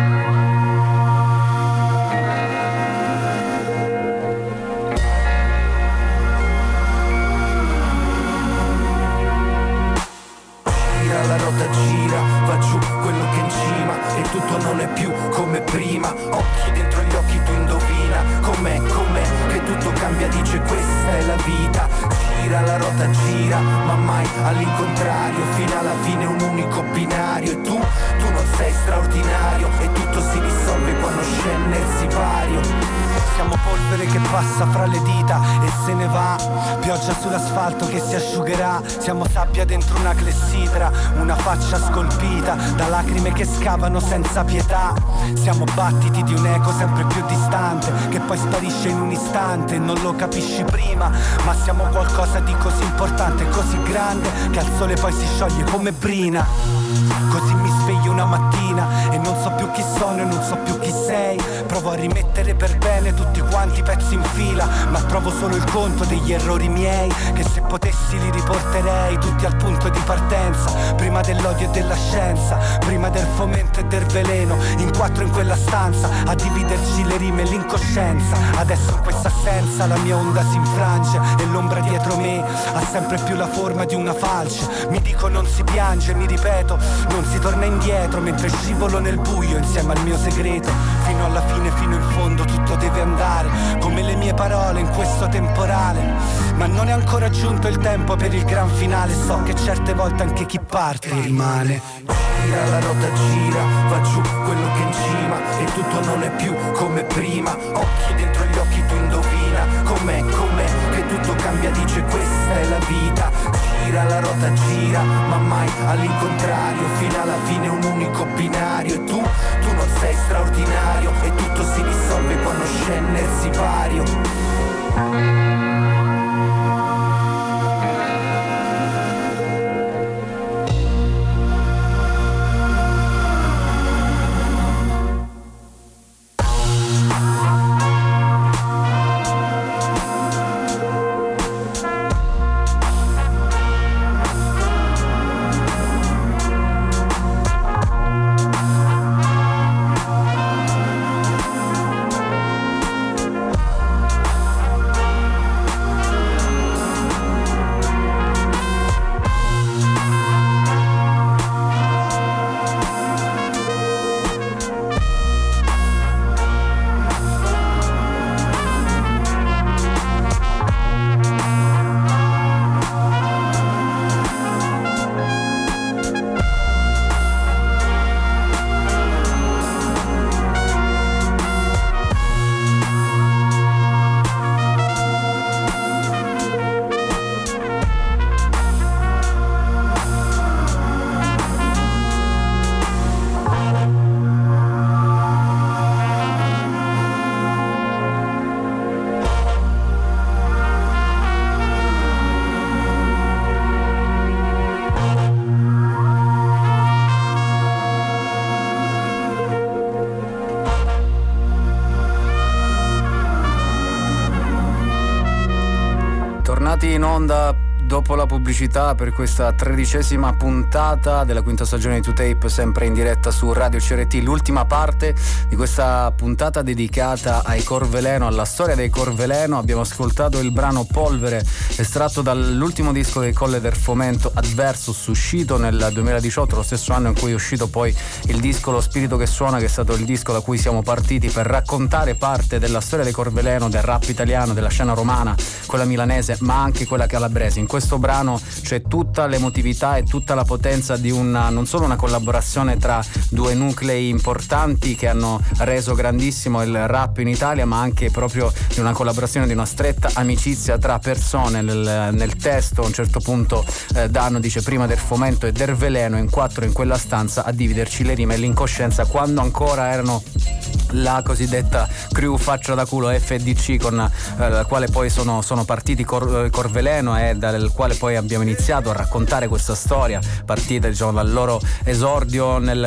La rota gira, va giù quello che è in cima, e tutto non è più come prima. Occhi dentro gli occhi, tu indovina com'è, che tutto cambia, dice questa è la vita. Gira la rota, gira, ma mai all'incontrario, fino alla fine un unico binario. E tu non sei straordinario, e tutto si dissolve quando scende il sipario. Siamo polvere che passa fra le dita e se ne va, pioggia sull'asfalto che si asciugherà. Siamo sabbia dentro una clessidra, una faccia scolpita da lacrime che scavano senza pietà. Siamo battiti di un eco sempre più distante, che poi sparisce in un istante e non lo capisci prima. Ma siamo qualcosa di così importante, così grande, che al sole poi si scioglie come brina. Così mi sveglio una mattina e non so più chi sono e non so più chi sei. Provo a rimettere per bene tutti quanti i pezzi in fila, ma trovo solo il conto degli errori miei, che se potessi li riporterei tutti al punto di partenza. Prima dell'odio e della scienza, prima del fomento e del veleno, in quattro in quella stanza a dividerci le rime e l'incoscienza. Adesso in questa assenza la mia onda si infrange e l'ombra dietro me ha sempre più la forma di una falce. Mi dico non si piange, mi ripeto non si torna indietro, mentre scivolo nel buio insieme al mio segreto. Fino alla fine, fino in fondo tutto deve andare come le mie parole in questo temporale. Ma non è ancora giunto il tempo per il gran finale, so che certe volte anche chi parte rimane. Gira la rota, gira, va giù quello che è in cima, e tutto non è più come prima. Occhi dentro gli occhi, tu indovina com'è, che tutto cambia, dice questa è la vita. Gira la rota, gira, ma mai all'incontrario, fino alla fine un unico binario. E tu non sei straordinario, e tutto si dissolve quando scende il sipario. onda dopo la pubblicità per questa 13ª puntata della quinta stagione di 2Tape, sempre in diretta su Radio CRT. L'ultima parte di questa puntata dedicata ai Corveleno, alla storia dei Corveleno. Abbiamo ascoltato il brano Polvere, estratto dall'ultimo disco dei Colle del Fomento, Adversus, uscito nel 2018, lo stesso anno in cui è uscito poi il disco Lo Spirito che Suona, che è stato il disco da cui siamo partiti per raccontare parte della storia dei Corveleno, del rap italiano, della scena romana, quella milanese ma anche quella calabrese. In questo brano c'è tutta l'emotività e tutta la potenza di non solo una collaborazione tra due nuclei importanti che hanno reso grandissimo il rap in Italia, ma anche proprio di una collaborazione, di una stretta amicizia tra persone. Nel testo a un certo punto Dano dice: prima del Fomento e del Veleno, in 4 in quella stanza a dividerci le rime e l'incoscienza, quando ancora erano la cosiddetta crew faccia da culo FDC, con la quale poi sono partiti Corveleno, e dal quale poi abbiamo iniziato a raccontare questa storia, partita diciamo dal loro esordio nel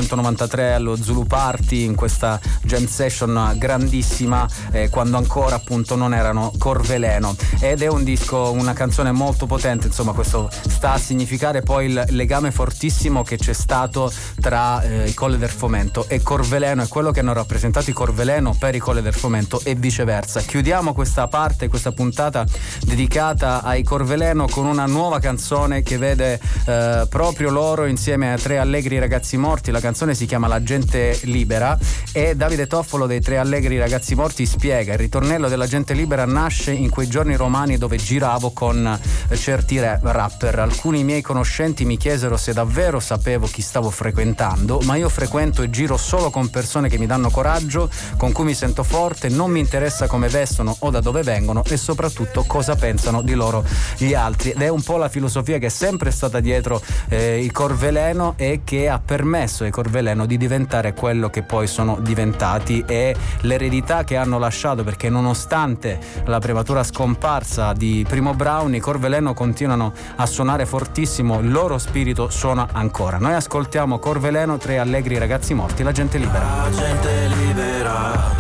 1993 allo Zulu Party, in questa jam session grandissima, quando ancora appunto non erano Corveleno. Ed è un disco, una canzone molto potente, insomma questo sta a significare poi il legame fortissimo che c'è stato tra i Colle del Fomento e Corveleno, e quello che hanno rappresentato i Corveleno per i Colle del Fomento e viceversa. Chiudiamo questa parte, questa puntata dedicata ai Corveleno con una nuova canzone che vede proprio loro insieme a 3 allegri ragazzi morti. La canzone si chiama La gente libera e Davide Toffolo dei 3 allegri ragazzi morti spiega: il ritornello della gente libera nasce in quei giorni romani dove giravo con certi rapper. Alcuni miei conoscenti mi chiesero se davvero sapevo chi stavo frequentando, ma io frequento e giro solo con persone che mi danno coraggio, con cui mi sento forte, non mi interessa come vestono o da dove vengono e soprattutto cosa pensano di loro gli altri. Ed è un po' la filosofia che è sempre stata dietro i Corveleno e che ha permesso ai Corveleno di diventare quello che poi sono diventati, e l'eredità che hanno lasciato, perché nonostante la prematura scomparsa di Primo Brown, i Corveleno continuano a suonare fortissimo, il loro spirito suona ancora. Noi ascoltiamo Corveleno, 3 allegri ragazzi morti, La gente libera. La gente libera,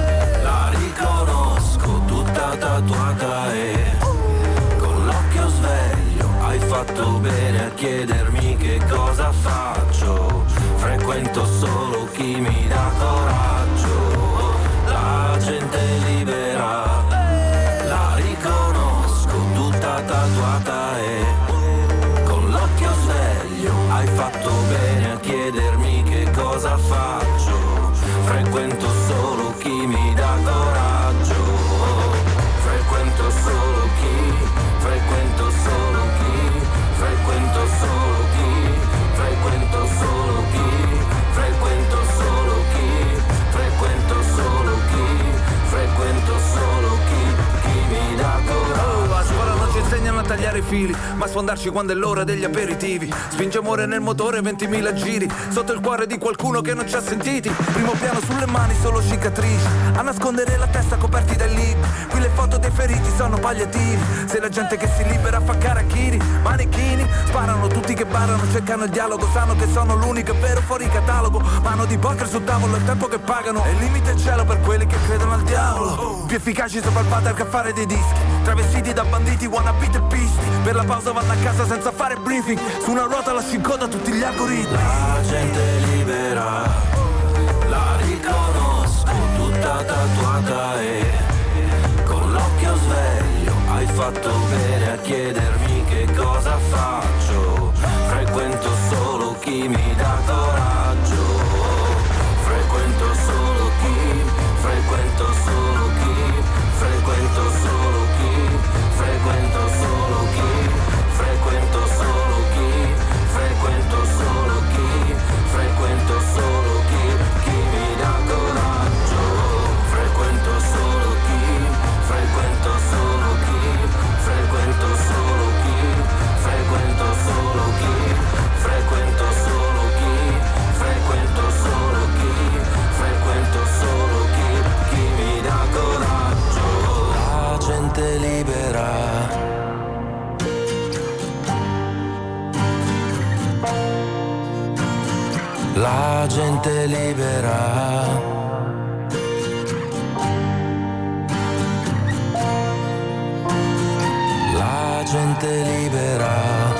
la riconosco tutta tatuata e con l'occhio sveglio hai fatto bene a chiedermi che cosa faccio. Frequento solo chi mi dà coraggio. La gente libera, la riconosco tutta tatuata e con l'occhio sveglio hai fatto bene a chiedermi che cosa faccio. Frequento solo chi mi dà coraggio. Frequento solo chi, frequento solo chi, frequento solo chi, frequento solo chi, frequento solo chi, frequento solo chi, frequento solo chi mi dà coraggio. A scuola non ci insegnano a tagliare i fili, ma a sfondarci quando è l'ora degli aperitivi. Spinge amore nel motore, 20.000 giri, sotto il cuore di qualcuno che non ci ha sentiti. Primo piano sulle mani, solo cicatrici, a nascondere la testa coperti dai libri. Qui le foto dei feriti sono palliativi. Se la gente che si libera fa carachiri, manichini, sparano tutti che barano, cercano il dialogo, sanno che sono l'unico e vero fuori catalogo. Mano di poker sul tavolo, il tempo che pagano, e il limite è cielo per quelli che credono al diavolo. Più efficaci sopra il padre che a fare dei dischi, travestiti da banditi, wannabe teppisti. Per la pausa vanno a casa senza fare briefing, su una ruota la si incoda tutti gli algoritmi. La gente libera, la riconosco tutta tatuata e con l'occhio sveglio hai fatto bene a chiedermi che cosa faccio. Frequento solo chi mi dà coraggio. Frequento solo chi, frequento solo chi, frequento solo chi, frequento solo chi, frequento solo chi, frequento solo chi, frequento solo chi mi dà coraggio. Frequento solo chi, frequento solo chi, frequento solo chi, frequento solo chi, frequento solo chi, frequento solo chi, frequento solo chi mi dà coraggio. La gente libera. La gente libera. La gente libera.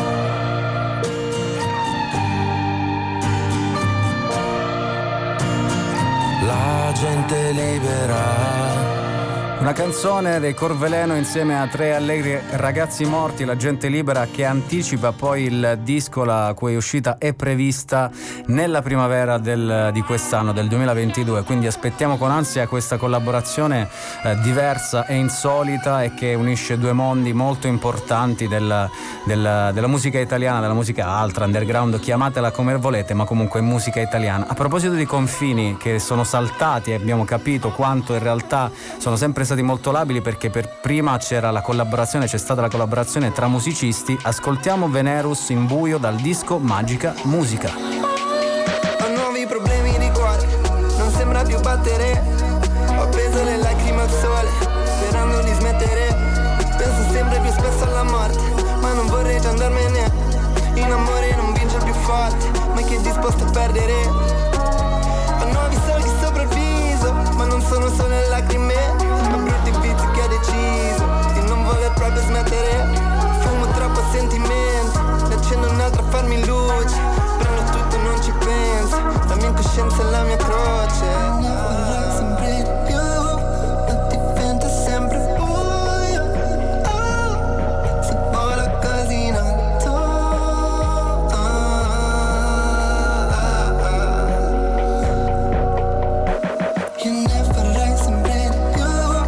La gente libera. Una canzone dei Corveleno insieme a Tre allegri ragazzi morti, La gente libera, che anticipa poi il disco la cui uscita è prevista nella primavera di quest'anno, del 2022, quindi aspettiamo con ansia questa collaborazione diversa e insolita e che unisce due mondi molto importanti della musica italiana, della musica altra, underground, chiamatela come volete, ma comunque musica italiana. A proposito di confini che sono saltati, abbiamo capito quanto in realtà sono sempre stati molto labili, perché per prima c'è stata la collaborazione tra musicisti. Ascoltiamo Venerus in buio dal disco Magica Musica. Ho nuovi problemi di cuore, non sembra più battere. Ho preso le lacrime al sole, sperando di smettere. Penso sempre più spesso alla morte, ma non vorrei già andarmene. In amore non vince il più forte, ma chi è disposto a perdere. Ho nuovi soldi sopra il viso, ma non sono solo le lacrime. Che ha deciso di non voler proprio smettere. Fumo troppo sentimenti, ne accendo un'altra a farmi luce. Prendo tutto e non ci penso, la mia incoscienza è la mia croce. Ne vorrei sempre di più, ma diventa sempre buio. Se vola così in alto. Io ne vorrei sempre di più.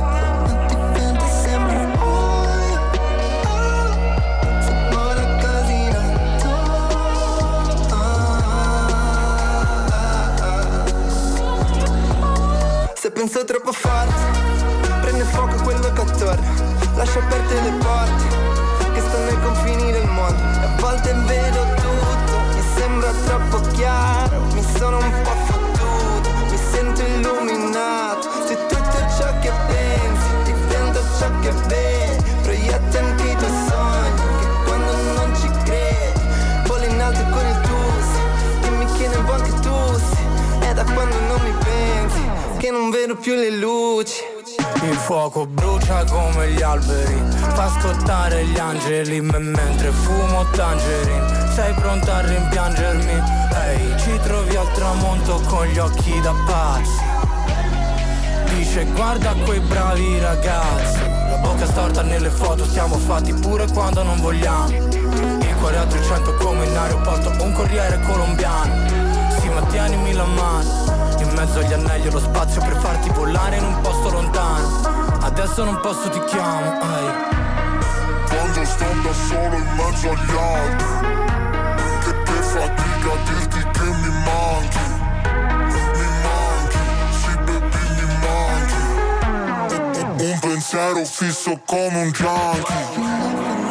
Penso troppo forte, prende fuoco quello che attorno, lascia aperte le porte che stanno ai confini del mondo. E a volte vedo tutto, mi sembra troppo chiaro, mi sono un po' fottuto, mi sento illuminato. Se tutto ciò che pensi diventa ciò che vedi, proietti anche i tuoi sogni che quando non ci credi voli in alto con il tusi. Dimmi che ne vuoi anche tu, è da quando non mi pensi che non vedo più le luci. Il fuoco brucia come gli alberi, fa scottare gli angeli, mentre fumo tangerine. Sei pronta a rimpiangermi? Ehi, ci trovi al tramonto con gli occhi da pazzi. Dice guarda quei bravi ragazzi, la bocca storta nelle foto, siamo fatti pure quando non vogliamo. Il cuore a 300 come in aeroporto, un corriere colombiano. Sì, ma tienimi la mano, in mezzo agli anelli lo spazio per farti volare in un posto lontano. Adesso non posso, ti chiamo, ehi. Quando sto da solo in mezzo agli altri, che fatica a dirti che mi manchi. Mi manchi, sì baby mi manchi. Un pensiero fisso come un junkie.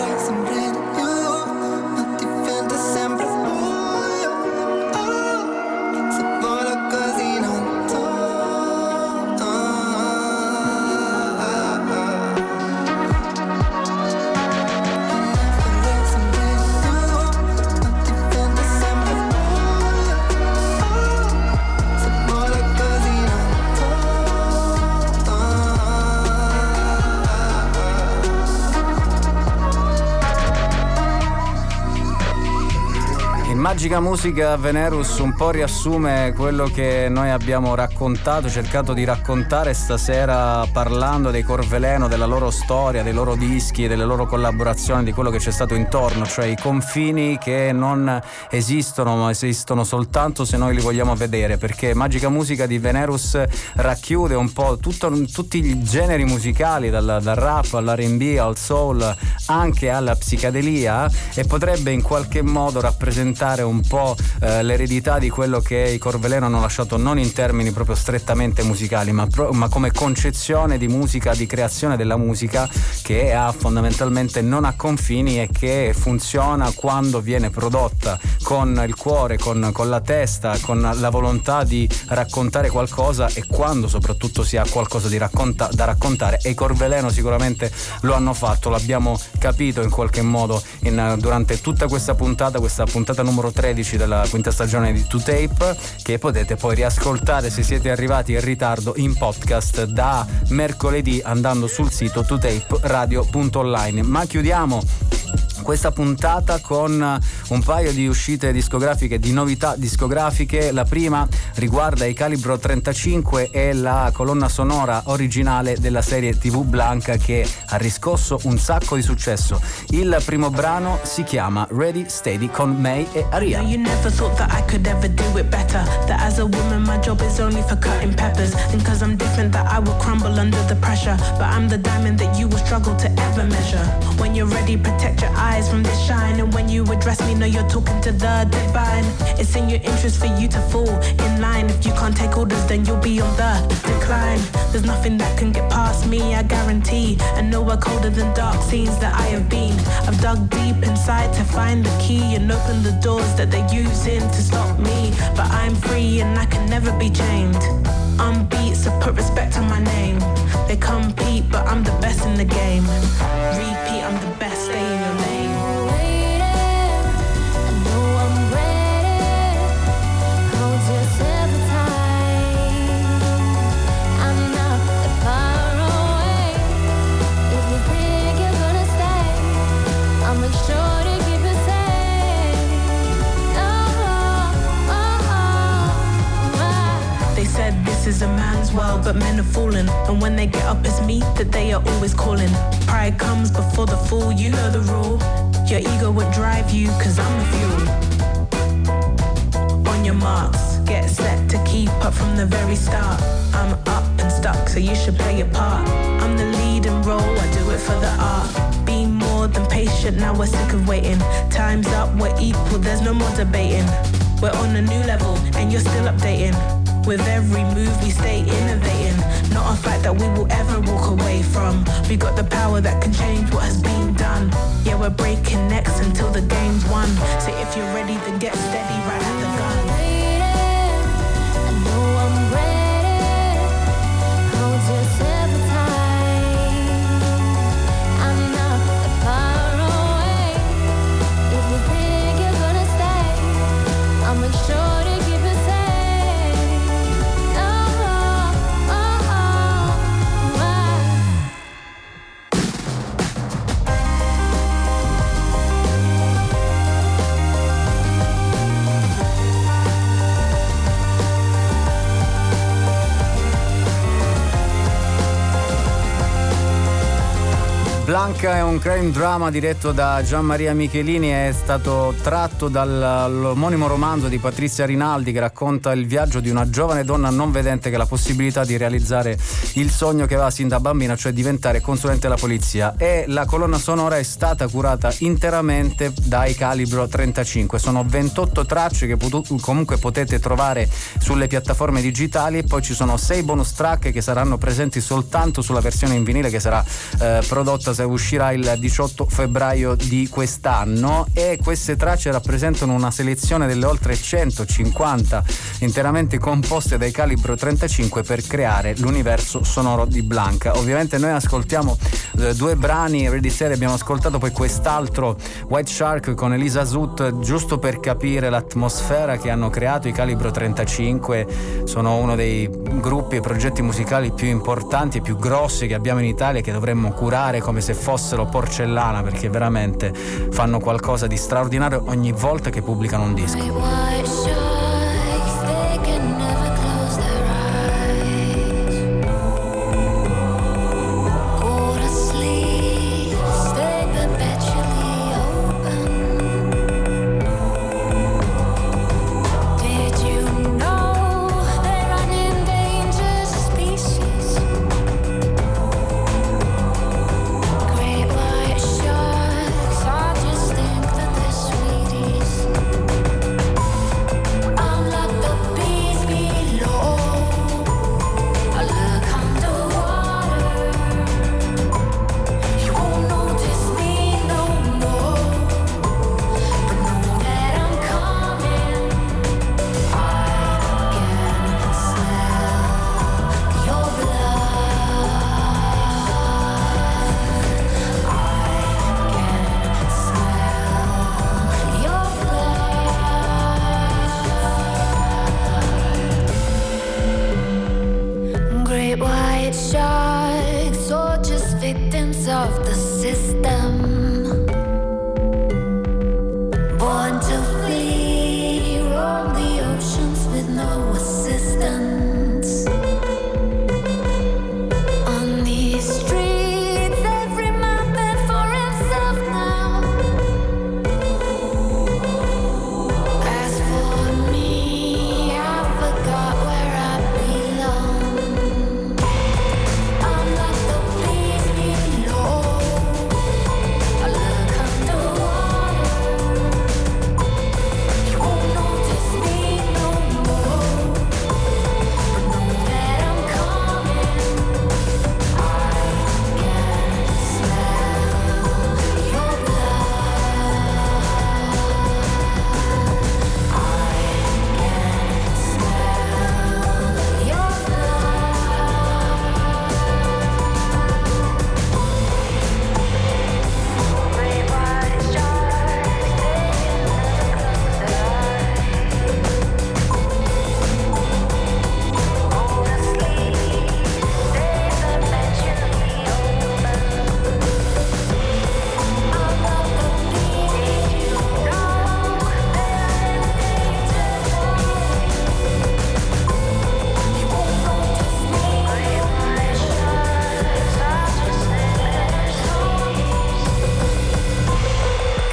Magica Musica, Venerus un po' riassume quello che noi abbiamo raccontato, cercato di raccontare stasera, parlando dei Corveleno, della loro storia, dei loro dischi, delle loro collaborazioni, di quello che c'è stato intorno, cioè i confini che non esistono, ma esistono soltanto se noi li vogliamo vedere, perché Magica Musica di Venerus racchiude un po' tutti i generi musicali, dal rap all'R&B al soul, anche alla psicadelia, e potrebbe in qualche modo rappresentare un po' l'eredità di quello che i Corveleno hanno lasciato, non in termini proprio strettamente musicali, ma come concezione di musica, di creazione della musica, che fondamentalmente non ha confini e che funziona quando viene prodotta con il cuore, con la testa, con la volontà di raccontare qualcosa, e quando soprattutto si ha qualcosa da raccontare. E i Corveleno sicuramente lo hanno fatto, l'abbiamo capito in qualche modo durante tutta questa puntata numero 13 della quinta stagione di 2Tape, che potete poi riascoltare se siete arrivati in ritardo in podcast da mercoledì andando sul sito 2taperadio.online. Ma chiudiamo questa puntata con un paio di uscite discografiche, di novità discografiche. La prima riguarda i Calibro 35 e la colonna sonora originale della serie TV Blanca, che ha riscosso un sacco di successo. Il primo brano si chiama Ready Steady con May e Aria. You never thought that I could ever do it better, that as a woman my job is only for cutting peppers, and cause I'm different that I will crumble under the pressure, but I'm the diamond that you will struggle to ever measure. When you're ready, protect your eyes from this shine, and when you address me, know you're talking to the divine. It's in your interest for you to fall in line. If you can't take orders, then you'll be on the decline. There's nothing that can get past me, I guarantee, and nowhere colder than dark scenes that I have been. I've dug deep inside to find the key and open the doors that they're using to stop me, but I'm free and I can never be chained. I'm beat, so put respect on my name. They compete, but I'm the best in the game. Repeat, I'm the best, stay in your lane. This is a man's world, but men are fallen, and when they get up it's me that they are always calling. Pride comes before the fall, you know the rule. Your ego would drive you, cause I'm the fuel. On your marks, get set to keep up from the very start. I'm up and stuck, so you should play your part. I'm the leading role, I do it for the art. Be more than patient, now we're sick of waiting. Time's up, we're equal, there's no more debating. We're on a new level, and you're still updating. With every move we stay innovating. Not a fact that we will ever walk away from. We got the power that can change what has been done. Yeah, we're breaking necks until the game's won. So if you're ready, then get steady right at the gun. Blanca è un crime drama diretto da Gianmaria Michelini, è stato tratto dall'omonimo romanzo di Patrizia Rinaldi, che racconta il viaggio di una giovane donna non vedente che ha la possibilità di realizzare il sogno che aveva sin da bambina, cioè diventare consulente della polizia. E la colonna sonora è stata curata interamente dai Calibro 35. Sono 28 tracce che comunque potete trovare sulle piattaforme digitali, e poi ci sono 6 bonus track che saranno presenti soltanto sulla versione in vinile, che sarà prodotta, se uscirà il 18 febbraio di quest'anno. E queste tracce rappresentano una selezione delle oltre 150 interamente composte dai Calibro 35 per creare l'universo sonoro di Blanca. Ovviamente noi ascoltiamo 2 brani, Ready Steady, abbiamo ascoltato poi quest'altro, White Shark con Elisa Zut, giusto per capire l'atmosfera che hanno creato i Calibro 35. Sono uno dei gruppi e progetti musicali più importanti e più grossi che abbiamo in Italia, che dovremmo curare come se fossero porcellana, perché veramente fanno qualcosa di straordinario ogni volta che pubblicano un disco. I'm like the beast.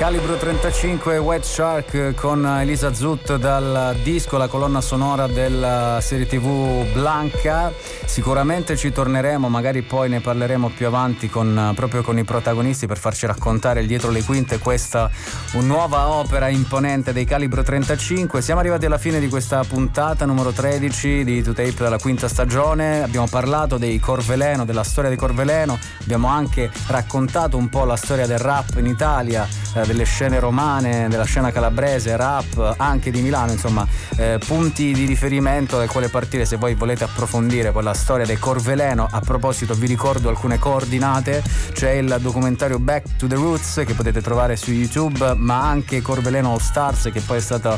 Calibro 35 Wet Shark con Elisa Zut dal disco, la colonna sonora della serie TV Blanca. Sicuramente ci torneremo, magari poi ne parleremo più avanti proprio con i protagonisti per farci raccontare il dietro le quinte questa nuova opera imponente dei Calibro 35. Siamo arrivati alla fine di questa puntata numero 13 di 2Tape della quinta stagione. Abbiamo parlato dei Corveleno, della storia dei Corveleno, abbiamo anche raccontato un po' la storia del rap in Italia, delle scene romane, della scena calabrese, rap anche di Milano, insomma punti di riferimento dal quale partire se voi volete approfondire poi la storia dei Corveleno. A proposito vi ricordo alcune coordinate: c'è il documentario Back to the Roots che potete trovare su YouTube, ma anche Corveleno All Stars, che poi è stata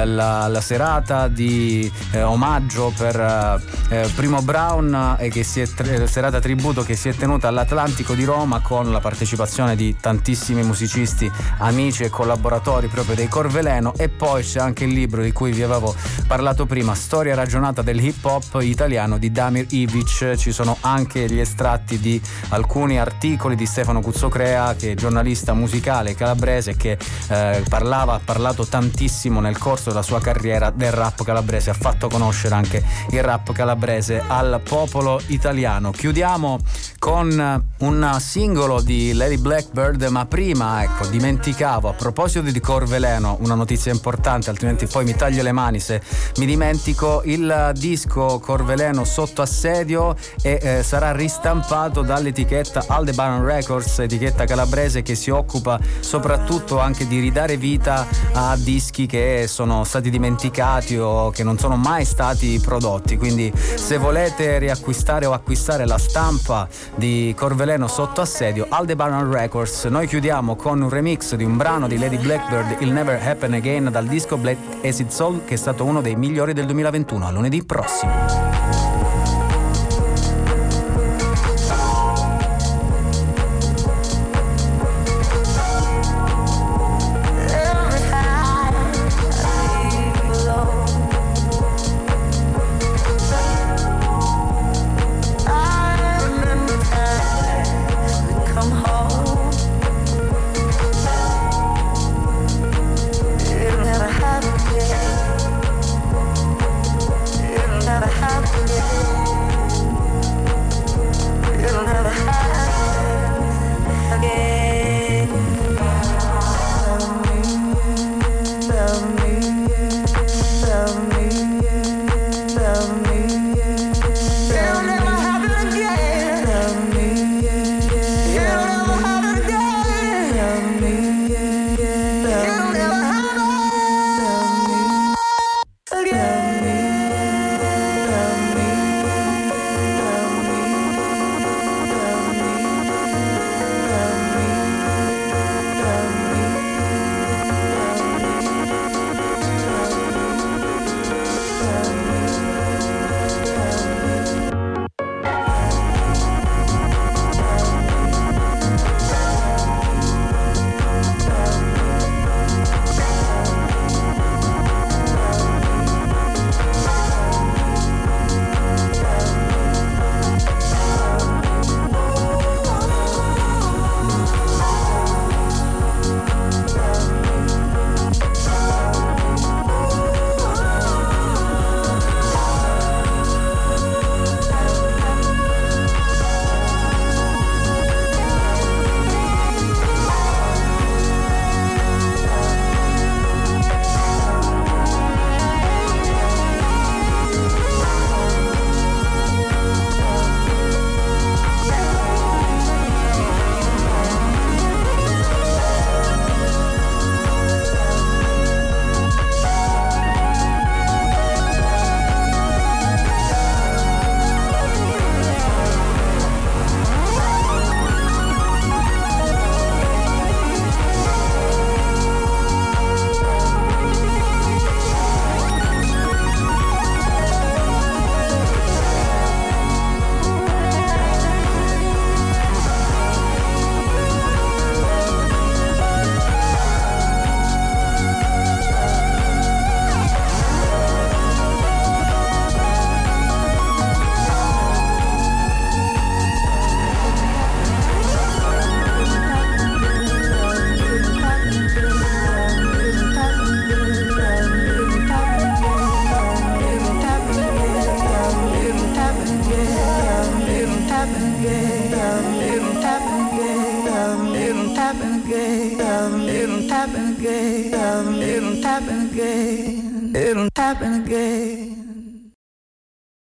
la serata di omaggio per Primo Brown e che serata tributo che si è tenuta all'Atlantico di Roma con la partecipazione di tantissimi musicisti, amici e collaboratori proprio dei Corveleno. E poi c'è anche il libro di cui vi avevo parlato prima, Storia ragionata del hip hop italiano di Damir Ivic. Ci sono anche gli estratti di alcuni articoli di Stefano Cuzzocrea, che è giornalista musicale calabrese, che ha parlato tantissimo nel corso della sua carriera del rap calabrese, ha fatto conoscere anche il rap calabrese al popolo italiano. Chiudiamo con un singolo di Lady Blackbird, ma prima, ecco, dimenticavo, a proposito di Corveleno, una notizia importante, altrimenti poi mi taglio le mani se mi dimentico. Il disco Corveleno sotto assedio e sarà ristampato dall'etichetta Aldebaran Records, etichetta calabrese che si occupa soprattutto anche di ridare vita a dischi che sono stati dimenticati o che non sono mai stati prodotti. Quindi se volete riacquistare o acquistare la stampa di Corveleno sotto assedio, Aldebaran Records. Noi chiudiamo con un remix di un brano di Lady Blackbird, It'll Never Happen Again, dal disco Black Acid Soul, che è stato uno dei migliori del 2021. A lunedì prossimo. It'll never happen again. happen again. It'll happen again. It'll happen again. It'll happen again.